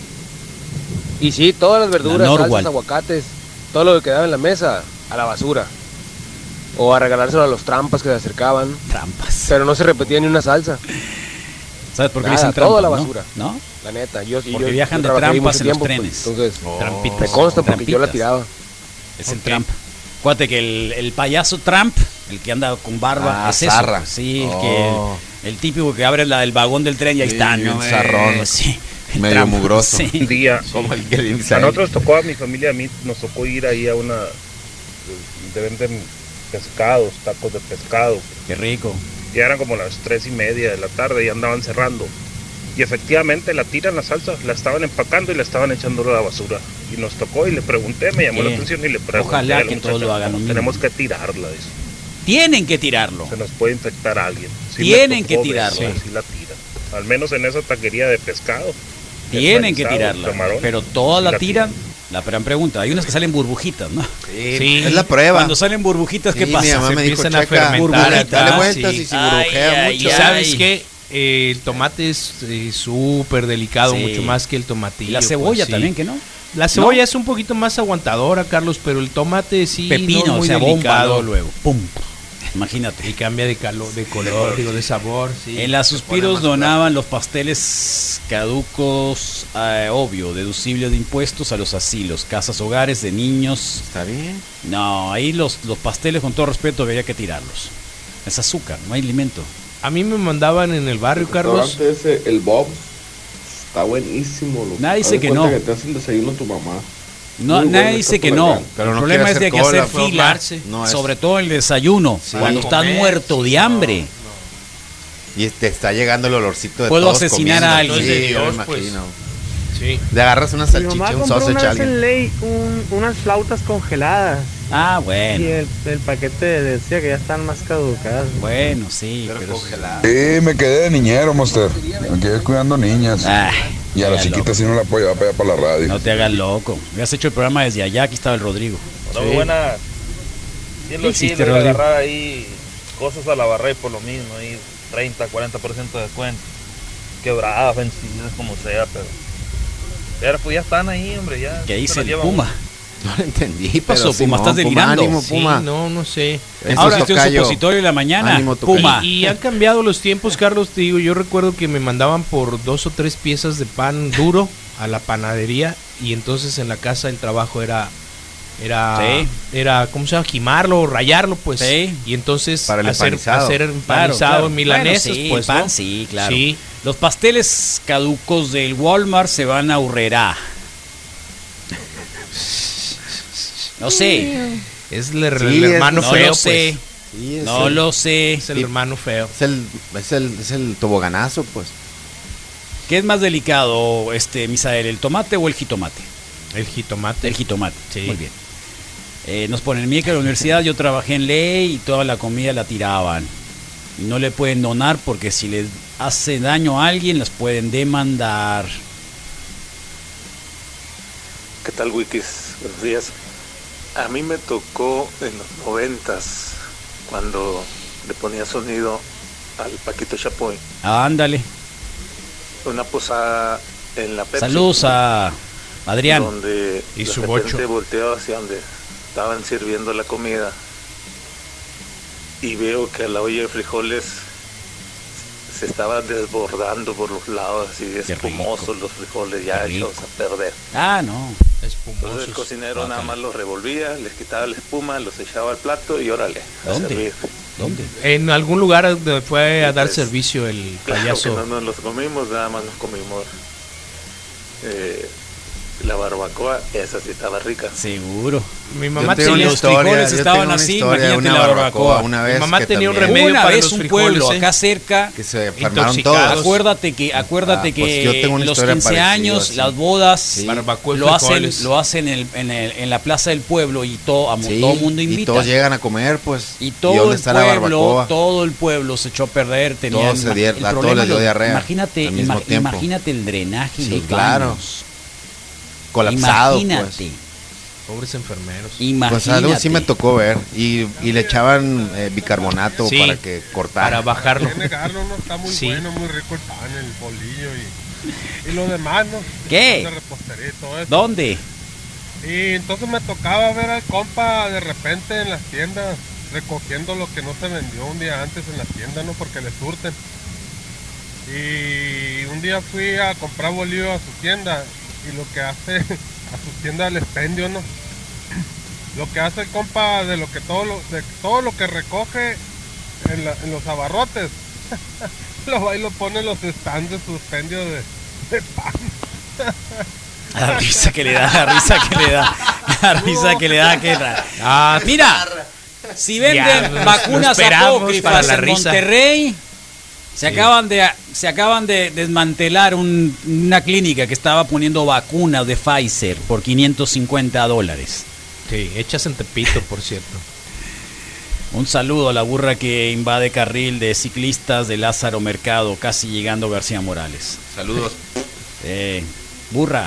Y sí, todas las verduras,
Norwal.
salsas, aguacates, todo lo que quedaba en la mesa, a la basura. O a regalárselo a los trampas que se acercaban.
Trampas.
Pero no se repetía ni una salsa.
¿Sabes por qué
Nada,
dicen trampas?
todo a la
no?
basura.
¿No?
La neta, yo, y
Porque
yo-
viajan
yo
de
trabajé ahí
trampas
mucho
en los
tiempo,
trenes.
pues, entonces,
Trampitas.
me consta porque yo la
Trampitas.
tiraba.
Es el Trump. Acuérdate que el, el payaso Trump, el que anda con barba,
Ah,
es eso.
zarra.
Sí, el,
Oh.
que, el típico que abre la, el vagón del tren y ahí
Sí,
están.
bien
¿no?
zarrón.
Eh, sí, el
Medio
Trump,
mugroso.
sí.
Un día,
Como el que le dice
a
a
nosotros tocó, a mi familia, a mí nos tocó ir ahí a una, de venden pescados, tacos de pescado.
Qué rico.
Ya eran como las tres y media de la tarde y andaban cerrando. Y efectivamente la tiran la salsa, la estaban empacando y la estaban echando a la basura. Y nos tocó y le pregunté, me llamó
Bien.
la atención y le pregunté.
Ojalá
a la
que
muchacha,
todos lo hagan lo mismo.
Tenemos que tirarla, dice.
Tienen que tirarlo.
Se nos puede infectar a alguien. Sí me
Tienen
tocó
que
ver,
tirarlo.
sí, sí la tiran. Al menos en esa taquería de pescado.
Tienen que
Desguisado,
tirarla.
camarón,
Pero todas
sí
la
la
tiran. La gran pregunta. Hay unas que salen burbujitas, ¿no?
Sí, es la prueba.
Cuando salen burbujitas, ¿qué
Sí,
pasa?
mi mamá
Se
me dijo,
empiezan a
checa,
fermentar
burbujita,
acá,
dale vueltas
sí.
y si burbujea
Ay,
mucho.
¿Y
ay,
sabes
ay.
qué? Eh, el tomate es eh, súper delicado,
Sí.
mucho más que el tomatillo.
Y la cebolla
pues, sí.
también, ¿que no?
La cebolla es un poquito más aguantadora, Carlos, pero el tomate sí
Pepino,
no, muy
o sea, bomba
delicado.
luego. Pum. Imagínate.
Y cambia de calor, de color, digo, de sabor. Sí.
En las
Se pone
Suspiros
más
donaban los pasteles caducos, eh, obvio, deducibles de impuestos a los asilos, casas, hogares de niños.
Está bien.
No, ahí los, los pasteles, con todo respeto, había que tirarlos. Es azúcar, no hay alimento.
A mí me mandaban en el barrio,
El
Carlos.
restaurante ese, el Bob, está buenísimo. Lo,
Nadie
haz
dice
de
que
cuenta
no.
que te hace el desayuno tu mamá.
No,
Muy
nadie
bueno,
dice
está
que
por
no.
allá.
Pero
el
no
problema
quiere
es de
hacer
que hacer
cola,
fila,
formarse.
No, es-
sobre todo el desayuno,
Sí.
cuando
Para
estás
comer,
muerto de
sí,
hambre.
Y te está llegando el olorcito de
Puedo
todos
asesinar
comiendo.
a alguien.
Sí,
De
yo
Dios,
me
pues.
imagino.
Sí.
Le agarras una
Mi mamá
salchicha, un
compró
sausage
una
a
vez en
alguien.
Ley un- unas flautas congeladas
Ah,
y
bueno.
el, el paquete decía que ya están más caducadas.
Bueno, sí,
Pero
pero...
congelado.
Sí, me quedé de niñero, Monster. Me quedé cuidando niñas.
Ay,
Y a la
ya
chiquita
loco.
sí no la puedo llevar para allá para la radio.
No te hagas loco. Habías hecho el programa desde allá, aquí estaba el Rodrigo.
No,
Sí.
buena. Sí,
¿Qué
lo
hiciste,
chido era
Rodrigo?
agarrar ahí cosas a la barra y por lo mismo, ahí treinta, cuarenta por ciento de descuento. Quebradas, vencidas, como sea, pero. Pero pues ya están ahí, hombre, ya.
¿Qué
se
dice
las
el
lleva
Puma?
uno.
No lo entendí.
¿Qué pasó,
pero
Puma?
Simón,
¿Estás delirando?
Ánimo,
Sí,
Puma.
no, no sé.
Eso
Ahora
es
estoy un
tocayo.
supositorio en la mañana.
Ánimo, tocayo.
Puma.
Y, y han cambiado los tiempos, Carlos, te digo, yo recuerdo que me mandaban por dos o tres piezas de pan duro a la panadería y entonces en la casa el trabajo era era
Sí.
era ¿cómo se llama? Gimarlo o rayarlo, pues.
Sí.
Y entonces
Para el
hacer
empanizado.
hacer
Claro,
empanizado
claro.
milanesas,
Bueno, sí,
pues,
pan,
¿no?
sí, claro.
Sí.
Los pasteles caducos del Walmart se van a Urrera. No sé.
Es el, el
Sí, es-
hermano
no
feo,
lo sé.
pues.
Sí, es
No
el-
lo sé.
Es el hermano feo.
Es el, es el, es el toboganazo, pues.
¿Qué es más delicado, este, Misael, el tomate o el jitomate?
El jitomate.
El jitomate.
Sí.
Muy bien. Eh, nos ponen, mira que en la universidad yo trabajé en ley y toda la comida la tiraban. Y no le pueden donar porque si les hace daño a alguien las pueden demandar.
¿Qué tal, Wikis? Buenos días.
A mí me tocó en los noventas, cuando le ponía sonido al Paquito Chapoy.
Ah, ándale.
Una posada en la Pepsi.
Saludos a Adrián.
Donde
y
de
su
repente
bocho.
volteo hacia donde estaban sirviendo la comida y veo que a la olla de frijoles se estaba desbordando por los lados, así espumosos los frijoles ya hechos a perder.
Ah, no.
Entonces el cocinero nada más los revolvía, les quitaba la espuma, los echaba al plato y órale, a
¿Dónde?
servir.
¿Dónde?
En algún lugar donde fue a dar servicio el
Claro
payaso.
que no nos los comimos, nada más nos comimos eh, la barbacoa, esa sí estaba rica.
Seguro.
Mi mamá
tengo
tenía
una historia,
frijoles
yo
estaban
tengo una
así,
historia de
imagínate
una
la
barbacoa,
barbacoa.
una vez
Mi mamá
que
tenía un
también-
remedio
Una
para
vez
los
un
frijoles,
pueblo
¿eh?
acá cerca
que se enfermaron todos.
Acuérdate que acuérdate
Ah, pues
que
yo tengo una
los
historia
quince
parecida,
años,
sí.
las bodas
Sí.
Barbacoa y
lo hacen
frijoles.
lo hacen en, el- en, el- en la plaza del pueblo y todo a,
Sí,
todo el mundo
y
invita.
todos llegan a comer, pues.
Y todo
dónde
el
está la
pueblo,
barbacoa?
todo el pueblo se echó a perder, tenían
Todos se dieron-
el
a todos
problema
les dio
lo-
diarrea
Imagínate,
al mismo
ima-
tiempo.
imagínate el drenaje y
Sí,
los
claro.
baños.
Colapsado,
Imagínate.
pues.
Pobres enfermeros.
Imagínate.
Pues algo sí me tocó ver. Y, y le echaban eh, bicarbonato
Sí,
para que cortara.
para bajarlo.
Hay que negarlo, ¿no? Está muy
Sí.
bueno, muy rico el pan, el bolillo y, y lo demás, ¿no?
¿Qué?
De repostería y todo eso.
¿Dónde?
Y entonces me tocaba ver al compa de repente en las tiendas recogiendo lo que no se vendió un día antes en la tienda, ¿no? Porque le surten. Y un día fui a comprar bolillo a su tienda y lo que hace a su tienda del expendio, ¿no? Lo que hace el compa de lo que todo lo, de todo lo que recoge en, la- en los abarrotes lo va y lo pone en los stands de su expendio de, de pan.
La risa que le da, la risa que le da, la risa que le da, que ra-
Ah,
Mira, si venden
Ya, lo
vacunas
esperamos para
apócrifas
la
en
risa.
Monterrey, se
Sí.
acaban de se acaban de desmantelar un- una clínica que estaba poniendo vacunas de Pfizer por quinientos cincuenta dólares.
Sí, hechas en Tepito, por cierto.
Un saludo a la burra que invade carril de ciclistas de Lázaro Mercado, casi llegando García Morales.
Saludos.
Eh, burra.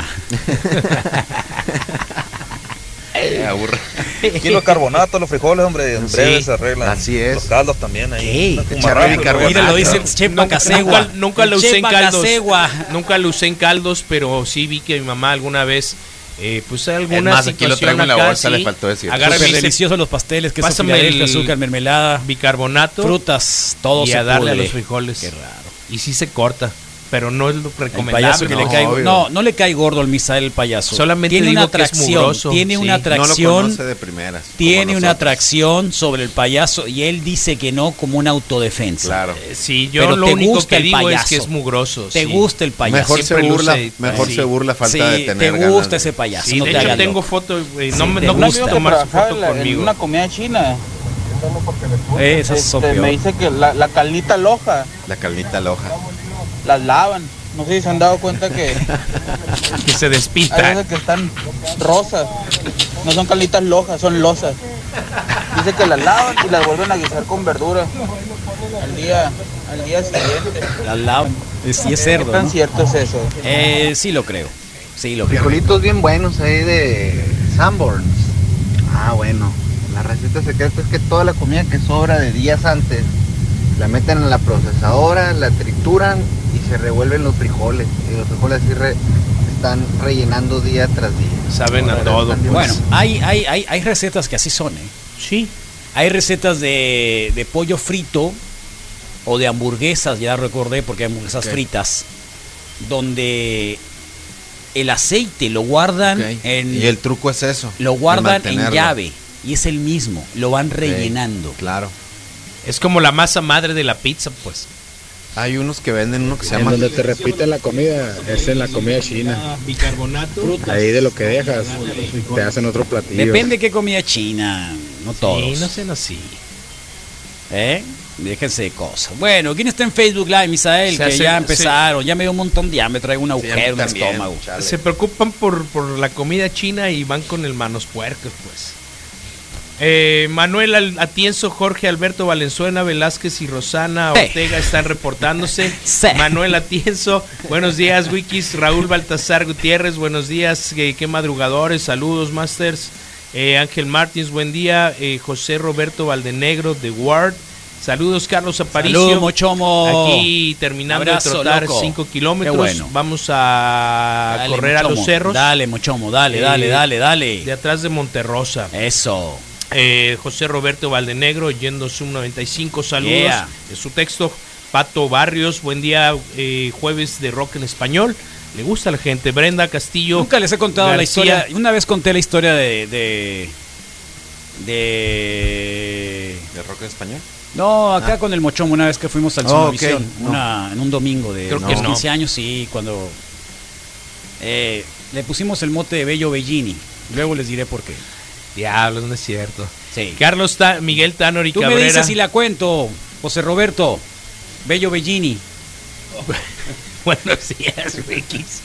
Eh, burra.
Aquí los carbonatos, los frijoles, hombre, en
Sí,
breve se arreglan.
así es.
Los caldos también ahí.
Ey,
Una
echarle
fumarraca,
bicarbonato.
Mira, lo dice el chef
Nunca,
Bacasegua.
nunca, nunca
El
lo usé
chef
en caldos.
Bacasegua.
Nunca lo usé en caldos, pero sí vi que mi mamá alguna vez, eh, pues alguna
Es más, aquí lo
situación
traigo en la
acá,
bolsa,
sí,
le faltó decir.
agarra y
Súper
me dice,
deliciosos los pasteles, queso
pásame
Filadelfia,
el
azúcar, mermelada,
bicarbonato,
frutas, todo
y
se
a darle a
pudre.
los frijoles.
Qué raro.
Y sí se corta, pero no es lo
El
recomendable.
payaso que
¿no?
le cae,
obvio.
no, no le cae gordo al Misael el payaso.
Solamente
tiene
digo
una
que es
atracción,
mugroso,
tiene
sí.
una
No
No lo
atracción,
conoce de primeras. como
tiene una
nosotros.
atracción sobre el payaso y él dice que no como una autodefensa.
Claro.
Eh, Sí, yo
Pero
lo
te
único
gusta
que
el
digo es
payaso.
que es mugroso.
Te
sí.
gusta el payaso.
Mejor se
Siempre
burla,
luce-
mejor
sí.
se burla falta
Sí,
de
te
tener ganas
gusta
de-
ese payaso,
Sí,
no
de
te
hecho
hagas
tengo
loco.
foto, güey,
Sí,
no me
te
no me
gusta.
tomar su foto
en la- en
conmigo.
una comida china.
Eh, esas son
Este,
peor.
me dice que la, la carnita loja
La carnita loja.
las lavan. No sé si se han dado cuenta que
Que se
hay
despista.
veces que están rosas. No son carnitas lojas, son losas. Dice que las lavan y las vuelven a guisar con verdura al día, al día siguiente.
La lavan. Eh, Sí es cerdo,
¿Qué tan
¿no?
cierto es eso?
Eh, sí lo creo. Sí lo creo.
Frijolitos bien buenos ahí de Sanborns. Ah, bueno. La receta secreta es que toda la comida que sobra de días antes la meten en la procesadora, la trituran y se revuelven los frijoles. Y los frijoles así re- están rellenando día tras día.
Saben a
Ahora
todo.
están bien
Bueno,
buenos.
hay, hay, hay, hay recetas que así son, ¿eh?
Sí.
Hay recetas de, de pollo frito o de hamburguesas, ya recordé porque hay hamburguesas
Ok.
fritas, donde el aceite lo guardan
Ok.
en
Y el truco es eso.
lo
de
guardan en
mantenerlo.
llave y es el mismo, lo van rellenando.
Claro.
Es como la masa madre de la pizza, pues.
Hay unos que venden uno que se
En
llama.
donde te repiten la comida, es en la comida china.
Bicarbonato.
Ahí de lo que dejas, te hacen otro platillo.
Depende qué comida china, no todos.
Sí, no sean así.
¿Eh? Déjense de cosas. Bueno, ¿quién está en Facebook Live, Misael?
Se
que
hace-
ya empezaron, ya me dio un montón de hambre, traigo un
Sí, a mí
agujero en el
también,
estómago.
chale.
Se preocupan por, por la comida china y van con el manos puercos, pues. Eh, Manuel Al- Atienzo, Jorge Alberto Valenzuela, Velázquez y Rosana
Sí.
Ortega están reportándose.
Sí.
Manuel Atienzo, buenos días, Wikis. Raúl Baltasar Gutiérrez, buenos días, eh, qué madrugadores, saludos, Masters. Eh, Ángel Martins, buen día. Eh, José Roberto Valdenegro de Ward. Saludos, Carlos Aparicio.
Saludos, Mochomo.
Aquí terminando
Abrazo,
de trotar
loco.
cinco kilómetros.
Qué bueno.
Vamos a
Dale,
correr
Mochomo.
a los cerros.
Dale, Mochomo, dale,
Eh,
dale, dale, dale.
De atrás de Monterrosa.
Eso.
Eh, José Roberto Valdenegro, yendo Zoom noventa y cinco, saludos.
Yeah.
En su texto, Pato Barrios, buen día, eh, jueves de rock en español. Le gusta a la gente. Brenda Castillo.
Nunca les he contado la
García.
historia. Una vez conté la historia de. de. de,
¿De rock en español?
No, acá
Ah.
con el Mochomo, una vez que fuimos al
Oh,
Sonavisión,
ok. No.
una, en un domingo de
Creo
de
que
los
no.
quince años, sí, cuando eh, le pusimos el mote de Bello Bellini. Luego les diré por qué.
Diablos, no es cierto.
Sí.
Carlos Ta- Miguel Tanor y
Tú
Cabrera.
me dices si la cuento, José Roberto. Bello Bellini.
Buenos días, Wikis.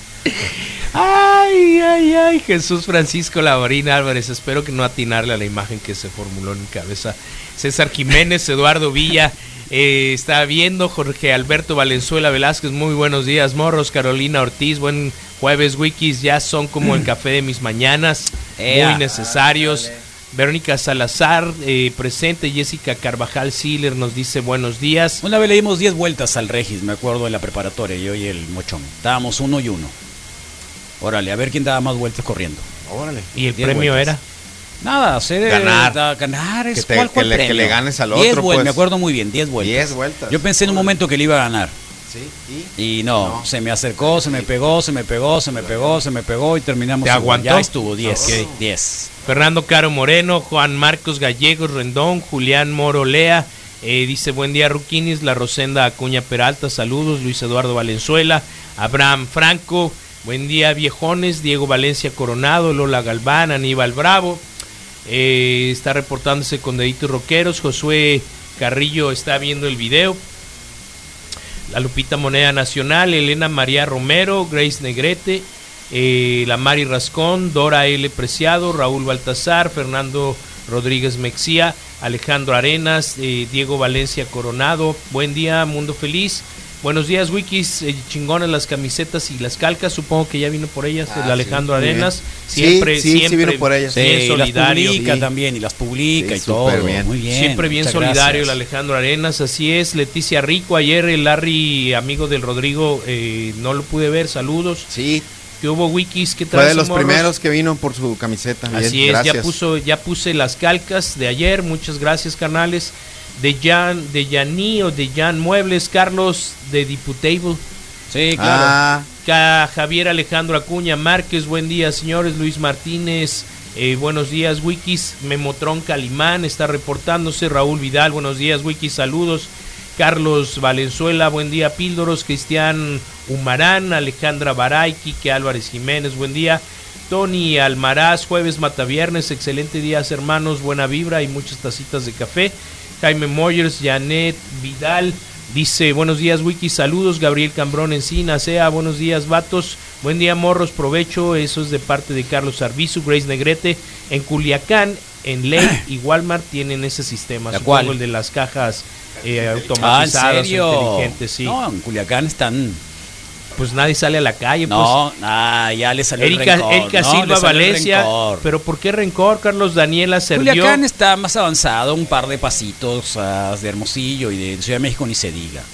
Ay, ay, ay, Jesús Francisco Laborín Álvarez. Espero que no atinarle a la imagen que se formuló en mi cabeza. César Jiménez, Eduardo Villa. Eh, está viendo Jorge Alberto Valenzuela Velázquez. Muy buenos días, morros. Carolina Ortiz, buen jueves, Wikis. Ya son como el café de mis mañanas.
Ea.
Muy necesarios. Verónica Salazar, eh, presente. Jessica Carvajal Siller nos dice buenos días.
Una vez le dimos diez vueltas al Regis, me acuerdo, en la preparatoria, yo y el Mochomo. Estábamos uno y uno. Órale, a ver quién daba más vueltas corriendo.
Órale.
¿Y el
diez
premio
vueltas.
era?
Nada, hacer
Ganar.
da- ganar es
Que te-
¿cuál, cuál
que le- que
premio?
le ganes al
diez
otro,
vueltas,
pues.
me acuerdo muy bien, diez vueltas.
diez vueltas.
Yo pensé en un momento que le iba a ganar.
Sí, y.
Y no,
No.
se me acercó, se me pegó, se me pegó, se me pegó, se me pegó y terminamos.
¿Te
igual.
aguantó?
Ya estuvo, diez.
Ok.
diez.
Fernando Caro Moreno, Juan Marcos Gallegos Rendón, Julián Moro Lea, eh, dice buen día Ruquinis, La Rosenda Acuña Peralta, saludos, Luis Eduardo Valenzuela, Abraham Franco, buen día viejones, Diego Valencia Coronado, Lola Galván, Aníbal Bravo, eh, está reportándose con Deditos Roqueros, Josué Carrillo está viendo el video, la Lupita Moneda Nacional, Elena María Romero, Grace Negrete, Eh, la Mari Rascón, Dora L. Preciado, Raúl Baltazar, Fernando Rodríguez Mexía, Alejandro Arenas, eh, Diego Valencia Coronado. Buen día, Mundo Feliz. Buenos días, Wikis. Eh, chingonas las camisetas y las calcas. Supongo que ya vino por ellas
Ah,
el Alejandro
sí, muy
Arenas.
bien.
Siempre,
Sí, sí, sí
siempre
vino por ellas.
Sí,
bien
y las
solidario.
publica
Sí.
también, y las publica
Sí,
y todo.
súper bien.
Muy bien.
Siempre bien
muchas
solidario
gracias.
el Alejandro Arenas, así es. Leticia Rico, ayer el Larry, amigo del Rodrigo, eh, no lo pude ver, saludos.
Sí.
¿Qué hubo, Wikis? ¿Qué tal?
Fue de los primeros que vino por su camiseta.
Así
Bien,
es,
gracias.
ya puso, ya puse las calcas de ayer, muchas gracias, carnales. De Jan, de Yaní o de Jan Muebles, Carlos de Diputable.
Sí, claro.
Ah,
Ca- Javier Alejandro Acuña Márquez, buen día, señores. Luis Martínez, eh, buenos días, Wikis. Memotron Calimán está reportándose. Raúl Vidal, buenos días, Wikis, saludos. Carlos Valenzuela, buen día, Píldoros. Cristian Humarán, Alejandra Baray, Quique Álvarez Jiménez, buen día. Tony Almaraz, jueves mataviernes, excelente días, hermanos, buena vibra y muchas tacitas de café. Jaime Moyers, Janet Vidal, dice, buenos días, Wiki, saludos. Gabriel Cambrón Encina, sea, buenos días, vatos. Buen día, morros, provecho. Eso es de parte de Carlos Arbizu. Grace Negrete, en Culiacán, en Ley y Walmart tienen ese sistema.
¿La
Supongo
cual?
el de las cajas eh,
Ah, ¿en
automatizadas,
serio?
inteligentes, sí.
No, en Culiacán están.
Pues nadie sale a la calle.
No,
pues.
ah, ya le salió
Erika,
el rencor.
Erika
no,
Silva
le salió el
Valencia.
rencor.
Pero ¿por qué rencor, Carlos? Daniela Sergio.
Culiacán está más avanzado, un par de pasitos ah, de Hermosillo y de Ciudad de México ni se diga.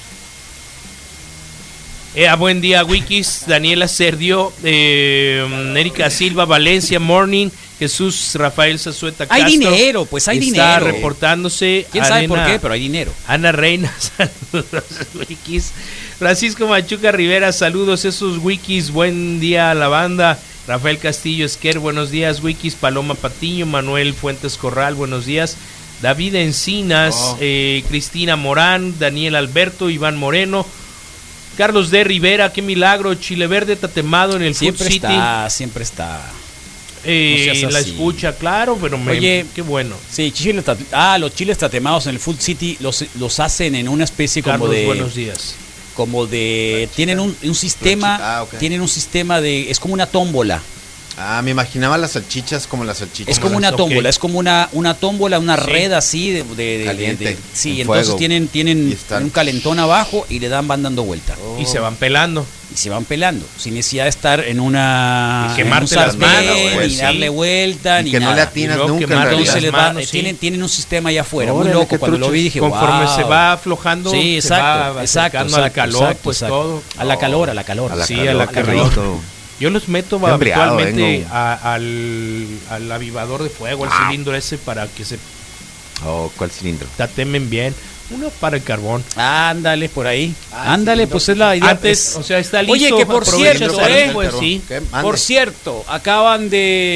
Eh, a buen día, Wikis. Daniela Sergio, eh, Erika Silva Valencia, Morning. Jesús Rafael Zazueta
Hay
Castro.
dinero, pues hay
está
dinero.
reportándose.
¿Quién sabe
Arena-
por qué? Pero hay dinero.
Ana Reina, saludos, Wikis. Francisco Machuca Rivera, saludos, esos Wikis. Buen día a la banda. Rafael Castillo Esquer, buenos días, Wikis. Paloma Patiño, Manuel Fuentes Corral, buenos días. David Encinas,
Oh.
eh, Cristina Morán, Daniel Alberto, Iván Moreno. Carlos de Rivera, qué milagro. Chile Verde tatemado en el
Siempre
Food City.
está, siempre está.
Eh,
No seas
la
así.
escucha, claro, pero me,
Oye,
qué bueno.
Sí, chiles tat- ah, los chiles tatemados en el Food City los, los hacen en una especie como
Carlos,
de.
buenos días.
Como de. Tienen un, un sistema.
Ah, ok.
Tienen un sistema de. Es como una tómbola.
ah, me imaginaba las salchichas como las salchichas.
Es como una
ok.
tómbola, es como una, una tómbola, una
Sí.
red así de, de- de-
Caliente,
de- sí,
en
entonces
fuego.
tienen,
Y
tienen
están-
un calentón abajo y le dan, van dando vuelta.
Y se van pelando.
se van pelando, sin necesidad de estar en una.
Y quemarte
en un
las
sartén,
manos, güey,
ni
sí.
darle vuelta,
Y
ni
que no
nada.
le atinas
Y luego
nunca, en
quemarte
realidad.
se les va-
Manos, sí.
tienen, tienen un sistema allá afuera, muy
Órale,
loco.
qué
Cuando lo vi
truchos.
dije,
Conforme
wow.
se va aflojando,
sí,
se
exacto,
va
exacto,
acercando al
exacto,
calor,
exacto,
pues
exacto.
todo.
A la calor, a la calor.
A la
Sí,
calor,
a la
qué
calor.
rico.
Yo los meto
Qué embriagado
habitualmente
vengo.
a- al, al avivador de fuego, al
Ah.
cilindro ese para que se
Oh, ¿cuál cilindro?
tatemen bien. Uno para el carbón.
Ándale, por ahí. Ándale, pues es la idea.
Antes,
Es-
o sea, está listo.
Oye, que por
aprovechas
cierto,
ahí,
¿eh?
pues, sí.
¿Qué?
Por
Ande.
cierto, acaban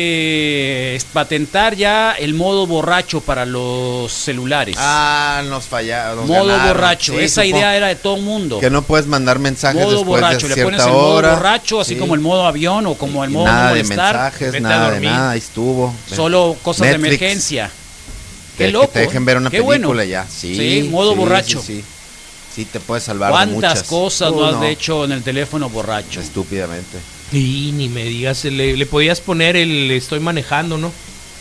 de patentar ya el modo borracho para los celulares.
Ah, nos fallaron.
modo borracho. Esa
supongo
idea era de todo el mundo.
Que no puedes mandar mensajes
Modo
después
borracho,
de
le pones
cierta
el modo
hora.
borracho, así
Sí.
como el modo avión o como el
Y
modo
nada
no
de
molestar.
mensajes,
Vete a
nada de
dormir.
nada, ahí estuvo.
Solo cosas
Netflix.
de emergencia.
Que,
Qué
que
loco.
te dejen ver una
qué bueno.
película ya. Sí,
Sí, modo
sí,
borracho.
Sí, sí. Sí, te puedes salvar de
¿Cuántas
muchas.
cosas
Uh,
no has
no.
hecho en el teléfono borracho?
Estúpidamente.
Y ni me digas, le, le podías poner el estoy manejando, ¿no?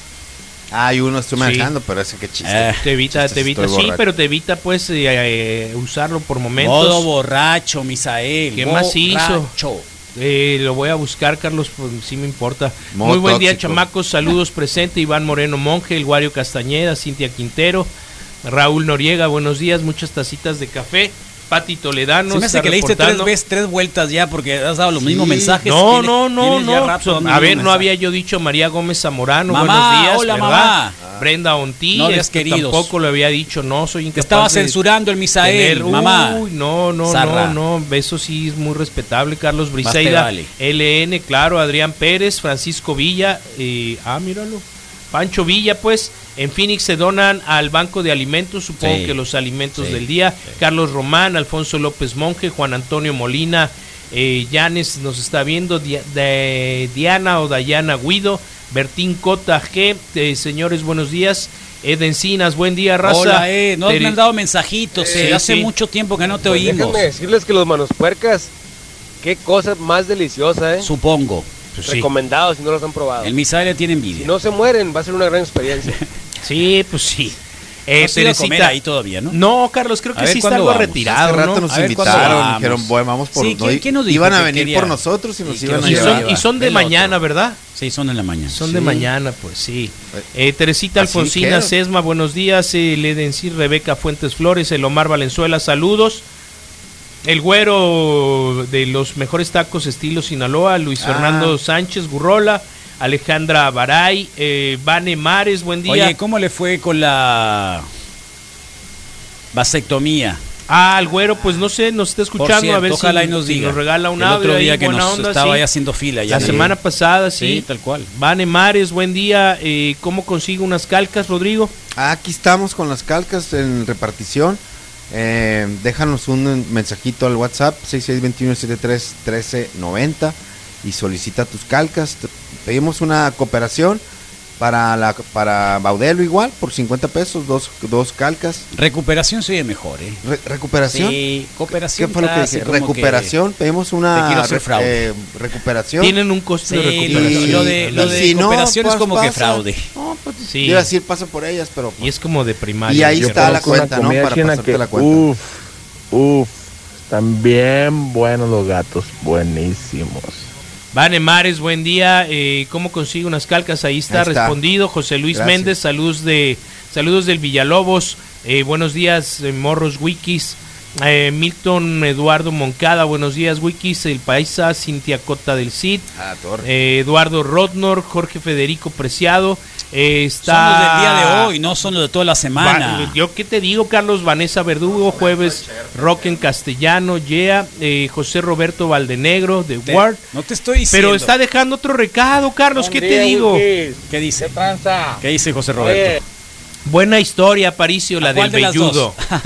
Ah, hay uno estoy
Sí.
manejando, pero ese que chiste.
Eh,
Te evita,
Chistes,
te evita,
estoy
sí,
borracho.
pero te evita pues eh, eh, usarlo por momentos.
Modo borracho, Misael.
¿Qué más hizo?
borracho.
Eh, lo voy a buscar, Carlos, pues sí me importa.
Modo
Muy buen día,
tóxico.
chamacos. Saludos presente, Iván Moreno Monje, el Guario Castañeda, Cintia Quintero, Raúl Noriega, buenos días, muchas tacitas de café. Pati Toledano.
Se me hace
está
que leíste tres
reportando.
veces, tres vueltas ya porque has dado los
Sí.
mismos mensajes.
No,
Tienes-
no, no,
tienes ya
no.
rato
So-
dando
a
el
ver,
mismo
no
mensaje.
había yo dicho María Gómez Zamorano.
Mamá,
buenos días.
hola,
¿verdad?
mamá.
Brenda Onti.
No habías
este,
querido.
Tampoco lo había dicho, no, soy incapaz.
Te estaba
de
censurando el Misael,
tener-
mamá.
Uy, no, no,
Zarra.
no, no. Eso sí es muy respetable. Carlos
te
Briseida,
vale.
L N, claro. Adrián Pérez, Francisco Villa. eh, ah, míralo. Pancho Villa, pues. En Phoenix se donan al Banco de Alimentos, supongo
Sí.
que los alimentos
Sí.
del día. Carlos Román, Alfonso López Monje, Juan Antonio Molina, eh, Yanes nos está viendo, Dia- de- Diana o Dayana Guido, Bertín Cota G, eh, señores, buenos días. Ed Encinas, buen día, raza.
Hola, eh, no has
Tere-
mandado mensajitos,
Sí,
eh, hace
sí.
mucho tiempo que no te
Pues
oímos.
déjenme decirles que los manos puercas, qué cosa más deliciosa, ¿eh?
Supongo.
Pues sí.
Recomendados si no los han probado.
El Misael le tiene
Si
envidia.
no se mueren, va a ser una gran experiencia.
Sí, pues sí. Eh,
¿No has ido a
Teresita-
comer ahí todavía, no?
No, Carlos, creo que
A ver,
sí está
¿cuándo
algo
vamos?
retirado,
Hace rato
¿no?
nos
A ver, ¿cuándo
invitaron,
vamos?
dijeron, bueno, vamos por
Sí, ¿quién-
no,
quién nos dijo
iban a
que
venir
quería?
por nosotros y nos
Y que
iban
nos
a
Y
iba
son,
llevar.
y son de
El otro.
mañana, ¿verdad?
Sí, son en la mañana.
Son de
Sí.
mañana, pues sí. Eh, Teresita
Así
Alfonsina
dijeron.
Sesma, buenos días. Eh, Ledencir Rebeca Fuentes Flores, el Omar Valenzuela, saludos. El güero de los mejores tacos estilo Sinaloa, Luis
Ah.
Fernando Sánchez Gurrola, Alejandra Baray, eh, Vane Mares, buen día.
Oye, ¿cómo le fue con la vasectomía?
Ah, el güero, pues no sé, nos está escuchando.
Por cierto,
a ver
ojalá
si,
y nos
si
diga.
nos regala un
El
audio
otro día
ahí,
que
buena
nos
onda,
estaba
sí.
ahí haciendo fila. Ya
La
le-
semana pasada, sí.
Sí, tal cual.
Vane Mares, buen día. Eh, ¿Cómo consigo unas calcas, Rodrigo?
Aquí estamos con las calcas en repartición. Eh, déjanos un mensajito al WhatsApp seis seis dos uno siete tres uno tres nueve cero y solicita tus calcas. Te- Pedimos una cooperación para la para Baudelo igual por cincuenta pesos, dos, dos calcas.
Recuperación se oye mejor, ¿eh?
Re- ¿Recuperación?
Sí, cooperación.
¿Qué fue lo que
casi
dije?
como
Recuperación, pedimos una
Te quiero hacer
re-
fraude.
eh, recuperación.
Tienen un costo de
Sí,
recuperación.
y lo de, lo
Y
de
si no,
cooperación es
pues,
como que
pasa.
fraude.
No, pues,
Sí.
iba a decir, pasa por ellas, pero
Y es como de primaria.
Y ahí
Yo
está la
conozco
cuenta, ¿no?
comida
Para
china
pasarte
que,
la cuenta.
Uf, uf, están bien buenos los gatos, buenísimos.
Vane Mares, buen día. Eh, ¿Cómo consigo unas calcas? Ahí está,
Ahí está.
respondido. José Luis
Gracias.
Méndez, saludos de saludos del Villalobos. Eh, buenos días, eh, Morros Wikis. Eh, Milton Eduardo Moncada, buenos días, Wikis. El Paisa, Cintia Cota del Cid.
Ah, torre.
Eh, Eduardo Rodnor, Jorge Federico Preciado. Eh, está...
Son los del día de hoy, no son los de toda la semana.
Va- yo qué te digo, Carlos, Vanessa Verdugo, jueves, Rock en castellano, yeah, eh, José Roberto Valdenegro, de
Te-
Ward.
no te estoy diciendo.
Pero está dejando otro recado, Carlos, ¿qué te digo?
¿Qué dice?
¿Qué tranza?
¿Qué dice José Roberto?
Buena historia, Aparicio, la
¿A cuál
del
de las
velludo.
dos?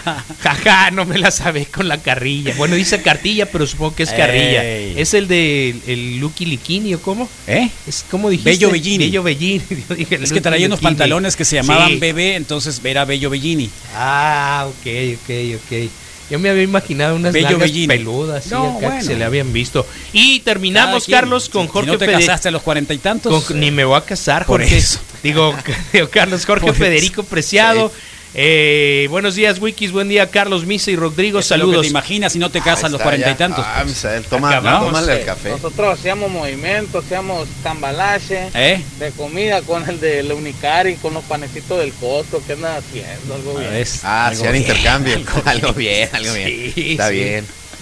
Jaja, no me la sabé con la carrilla. Bueno, dice cartilla, pero supongo que es
Ey.
carrilla. Es el de el Lucky Liquini, ¿o cómo?
¿Eh?
Es como dijiste.
Bello Bellini.
Bello Bellini. Yo dije,
Es que
Lucky
traía unos
Liquini.
pantalones que se llamaban
Sí.
Bebé, entonces era Bello Bellini.
Ah, ok, ok, ok. Yo me había imaginado unas
Bello
nalgas
Bellini.
peludas, sí,
No,
acá que
bueno.
se le habían visto. Y terminamos,
Cada quien.
Carlos, con
Si-
Jorge
si no te
Fede-
casaste a los cuarenta y tantos.
con- ni me voy a casar,
Por
Jorge.
eso.
Digo, digo, Carlos Jorge
Por eso.
Federico Preciado. Eh, buenos días, Wikis. Buen día, Carlos, Misa y Rodrigo.
Eso es lo
Saludos.
que te imaginas si no te casas a los cuarenta y tantos.
Ah, Misael, toma,
Acabamos.
tómale el café.
Nosotros hacíamos movimientos, hacíamos cambalache
¿Eh?
de comida con el de la Unicari, con los panecitos del Costco. ¿Qué andan haciendo? Algo bien.
¿Ves?
Ah,
Algo
hacían
bien.
intercambio. Algo bien, algo bien.
Sí,
Está
sí.
bien.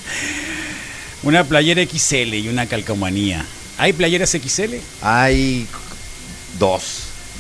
Una playera X L y una calcomanía. ¿Hay playeras X L?
Hay dos.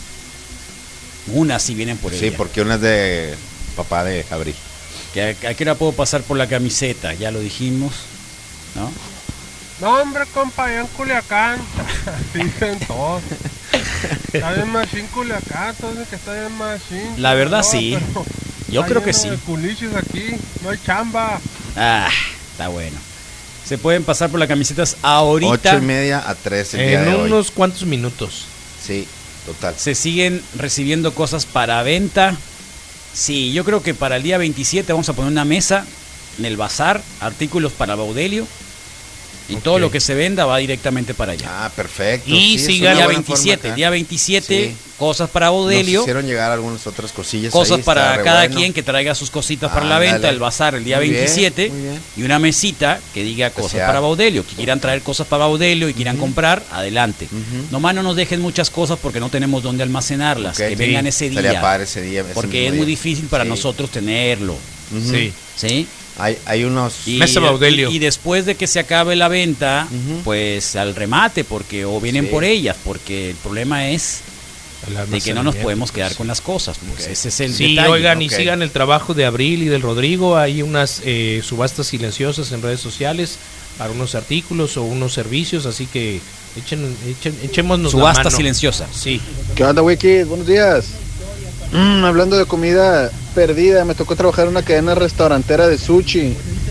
Una si vienen por
Sí,
ella.
porque una es de papá de Abril.
Que a, a qué hora puedo pasar por la camiseta, ya lo dijimos, ¿no?
No, hombre, compa, allá en Culiacán. Así dicen todos. Está bien machín Culiacán, todos dicen que está bien machín.
La verdad,
No,
sí.
pero
Yo
está
creo que
lleno
sí.
de culichis aquí, no hay chamba.
Ah, está bueno. Se pueden pasar por las camisetas ahorita.
Ocho y media a tres el día
En
de hoy.
unos cuantos minutos.
Sí, total.
Se siguen recibiendo cosas para venta. Sí, yo creo que para el día veintisiete vamos a poner una mesa en el bazar, artículos para Baudelio. Y
Ok.
todo lo que se venda va directamente para allá.
Ah, perfecto.
Y
Sí, es
sigan-
una
día
buena
veintisiete,
forma acá.
día veintisiete,
Sí.
cosas para
Nos
Baudelio.
hicieron llegar algunas otras cosillas.
Cosas
ahí,
para
está re
cada
bueno.
quien que traiga sus cositas para la
Ándale.
venta, el bazar el día
Muy bien,
veintisiete
muy bien.
y una mesita que diga cosas
Especial.
para Baudelio, que quieran traer cosas para Baudelio y quieran comprar, adelante. Nomás no nos dejen muchas cosas porque no tenemos dónde almacenarlas,
Ok,
que
sí.
vengan ese
Estaría
día.
padre ese día, ese
porque
mismo
es muy
día.
difícil para
Sí.
nosotros tenerlo.
Ujú.
Sí.
¿Sí?
Hay, hay unos...
Y,
Mesa Baudelio.
y- y después de que se acabe la venta,
Ujú.
pues al remate, porque o vienen
Sí.
por ellas, porque el problema es
El
de que no nos
almacenamiento,
podemos quedar
pues.
con las cosas. Pues ese es el
Sí,
detalle.
oigan, y
ok.
sigan el trabajo de Abril y del Rodrigo. Hay unas eh, subastas silenciosas en redes sociales para unos artículos o unos servicios, así que echen, echen, echémonos la
Subasta
mano.
silenciosa.
Sí.
¿Qué onda, Wiki? Buenos días. Mm, hablando de comida perdida, me tocó trabajar en una cadena restaurantera de sushi.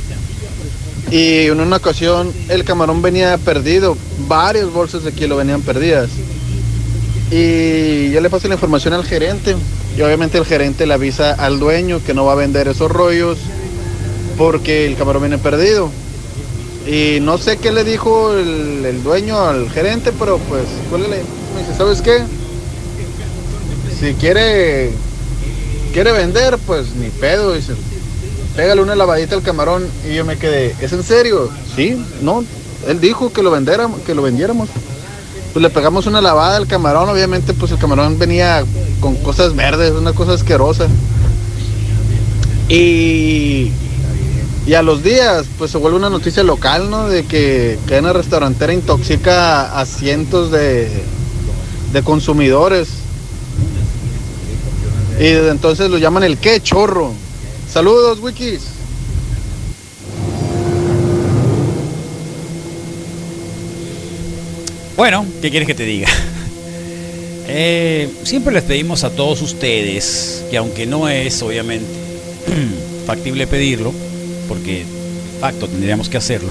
Y en una ocasión el camarón venía perdido. Varias bolsas de kilo venían perdidas. Y yo le paso la información al gerente. Y obviamente el gerente le avisa al dueño que no va a vender esos rollos porque el camarón viene perdido. Y no sé qué le dijo el, el dueño al gerente, pero pues, cuélgale. Me dice, ¿sabes qué? Si quiere quiere vender, pues ni pedo, dice. Pégale una lavadita al camarón. Y yo me quedé, ¿es en serio? Sí, no, él dijo que lo vendiéramos, que lo vendiéramos. Pues le pegamos una lavada al camarón, obviamente pues el camarón venía con cosas verdes, una cosa asquerosa. Y y a los días, pues se vuelve una noticia local, ¿no? De que cadena restaurantera intoxica a cientos de, de consumidores. Y desde entonces lo llaman el qué chorro. Saludos, Wikis.
Bueno, ¿qué quieres que te diga? Eh, siempre les pedimos a todos ustedes que aunque no es obviamente factible pedirlo, porque de facto tendríamos que hacerlo,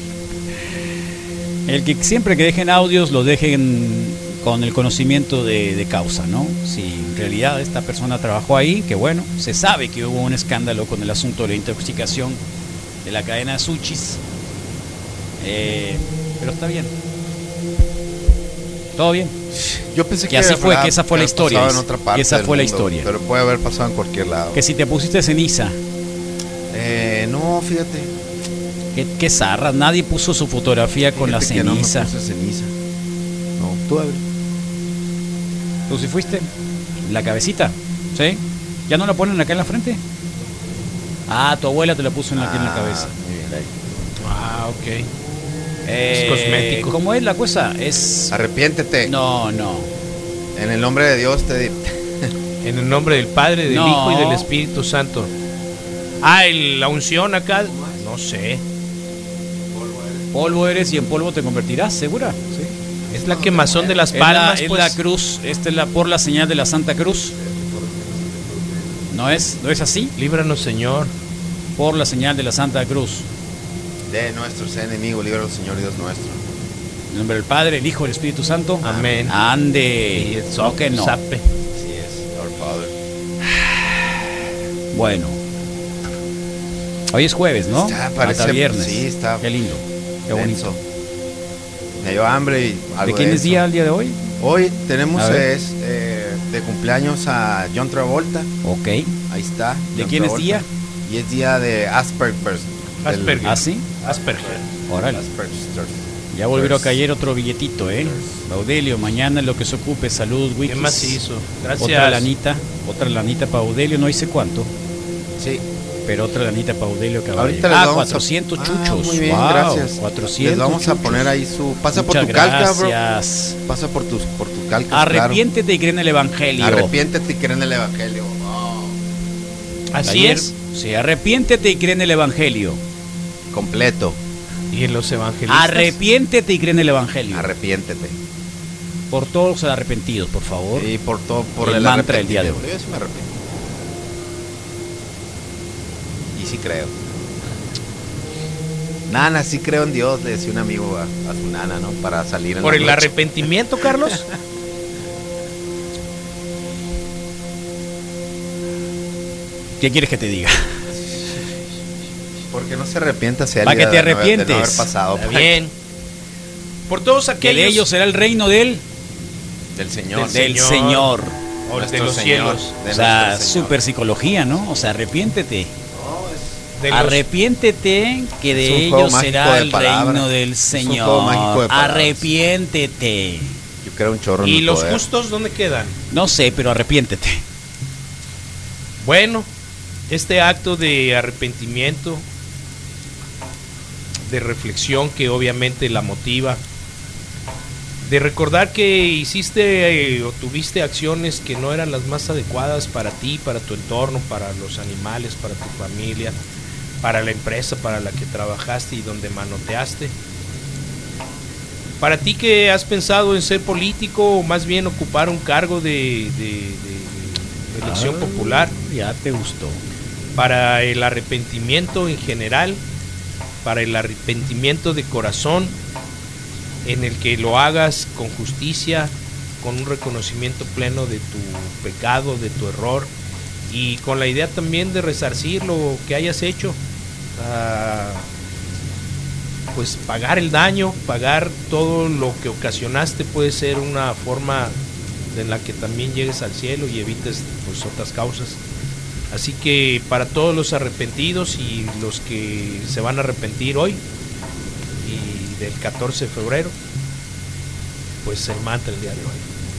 el que siempre que dejen audios los dejen con el conocimiento de, de causa, ¿no? Si en realidad esta persona trabajó ahí, que bueno, se sabe que hubo un escándalo con el asunto de la intoxicación de la cadena de sushis, eh, pero está bien. ¿Todo bien?
Yo pensé que,
que así fue,
habrá-
que esa fue la
haber
historia.
pasado en
dice,
otra parte
que esa
del
fue la
mundo,
historia.
Pero puede haber pasado en cualquier lado.
Que si te pusiste ceniza.
Eh, no, fíjate.
Qué, qué zarra, nadie puso su fotografía con la
Fíjate que no me
ceniza.
puse ceniza. No, tú Abril.
¿Tú sí fuiste? ¿La cabecita? ¿Sí? ¿Ya no la ponen acá en la frente? Ah, tu abuela te la puso en la, aquí en la cabeza.
Muy bien, ahí.
Ah, ok.
Eh,
Es cosmético.
¿Cómo es la cosa? Es...
Arrepiéntete.
No, no.
En el nombre de Dios te di.
En el nombre del Padre, del
No.
Hijo y del Espíritu Santo. Ah, el- la unción acá. No sé.
Polvo eres y en polvo te convertirás, ¿segura? Sí.
Es la quemazón de las
Es
palmas.
la, es
pues.
la cruz, esta es la por la señal de la Santa Cruz. ¿No es, no es así?
Líbranos, Señor.
Por la señal de la Santa Cruz.
De nuestros enemigos, líbranos, Señor Dios nuestro.
En nombre del Padre, el Hijo y el Espíritu Santo.
Amén.
Ande.
Y el
No que no.
sape.
Así es, our Father.
Bueno. Hoy es jueves, ¿no?
Está, parece-
Hasta viernes.
sí, está
Qué lindo. Qué bonito.
denso. Me dio hambre y algo
¿De quién es
denso.
día el día de hoy?
Hoy tenemos
A ver.
es, eh, de cumpleaños a John Travolta.
Ok.
Ahí está.
¿De
John
quién es
Travolta.
día?
Y es día de Asperger.
Asperger.
¿Ah, sí?
Asperger.
Órale. Ya volvió a caer otro billetito, ¿eh? Baudelio, mañana en lo que se ocupe. Salud, Wikis.
¿Qué más hizo? Gracias.
Otra lanita. Otra lanita para Baudelio, no hice cuánto.
Sí.
Pero otra lanita para Baudelio que
Ahorita
ah,
les vamos
cuatrocientos
a...
chuchos.
Ah, muy bien,
wow,
gracias.
cuatrocientos
Les vamos
chuchos.
a poner ahí su... Pasa
Muchas
por tu calca, bro.
gracias.
Pasa por tus por tu calca.
Arrepiéntete
claro.
y cree en el evangelio.
Arrepiéntete y cree en el evangelio. Oh.
Así
Ayer,
es.
Sí, arrepiéntete y cree en el evangelio.
Completo.
¿Y en los evangelistas?
Arrepiéntete y cree en el evangelio.
Arrepiéntete.
Por todos los arrepentidos, por favor.
Y por todo, por
el,
el,
mantra del día de hoy.
Yo sí me arrepiento. Y sí creo. Nana, sí creo en Dios, le decía un amigo a, a su nana, ¿no? Para salir en
¿Por
la
el
noche.
arrepentimiento, Carlos?
¿Qué quieres que te diga?
Porque no se arrepienta si
Para que te arrepientes.
De no haber pasado.
Está bien. Por todos
Que
aquellos...
de ellos será el reino de él.
Del Señor.
Del Señor.
O de
Nuestro
los
Señor,
cielos.
de
O sea,
nuestro Señor.
super psicología, ¿no? O sea, arrepiéntete.
De los-
Arrepiéntete que
Es
de
un juego
ellos
mágico
será
de
el
palabras.
reino del
Es un
Señor.
juego mágico de palabras.
Arrepiéntete.
Yo creo un chorro en
¿Y
el
los
poder.
justos dónde quedan?
No sé, pero arrepiéntete.
Bueno, este acto de arrepentimiento, de reflexión que obviamente la motiva, de recordar que hiciste eh, o tuviste acciones que no eran las más adecuadas para ti, para tu entorno, para los animales, para tu familia, para la empresa para la que trabajaste y donde manoteaste. Para ti que has pensado en ser político o más bien ocupar un cargo de, de, de- de elección
Ah,
popular.
Ya te gustó.
Para el arrepentimiento en general, para el arrepentimiento de corazón, en el que lo hagas con justicia, con un reconocimiento pleno de tu pecado, de tu error, y con la idea también de resarcir lo que hayas hecho, ah, pues pagar el daño, pagar todo lo que ocasionaste puede ser una forma en la que también llegues al cielo y evites pues otras causas. Así que para todos los arrepentidos y los que se van a arrepentir hoy y del catorce de febrero, pues el mantra el día de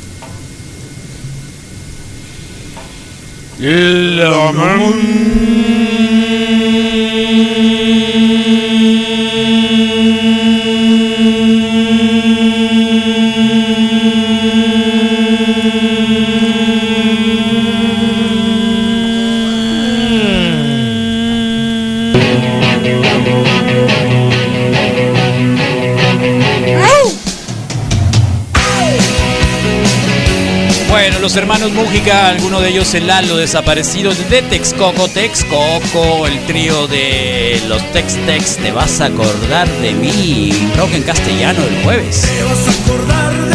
hoy.
La Bueno, los hermanos Mújica, alguno de ellos el Lalo, desaparecidos de Texcoco, Texcoco, el trío de los Tex Tex, te vas a acordar de mí, rock en castellano el jueves.
Te vas a acordar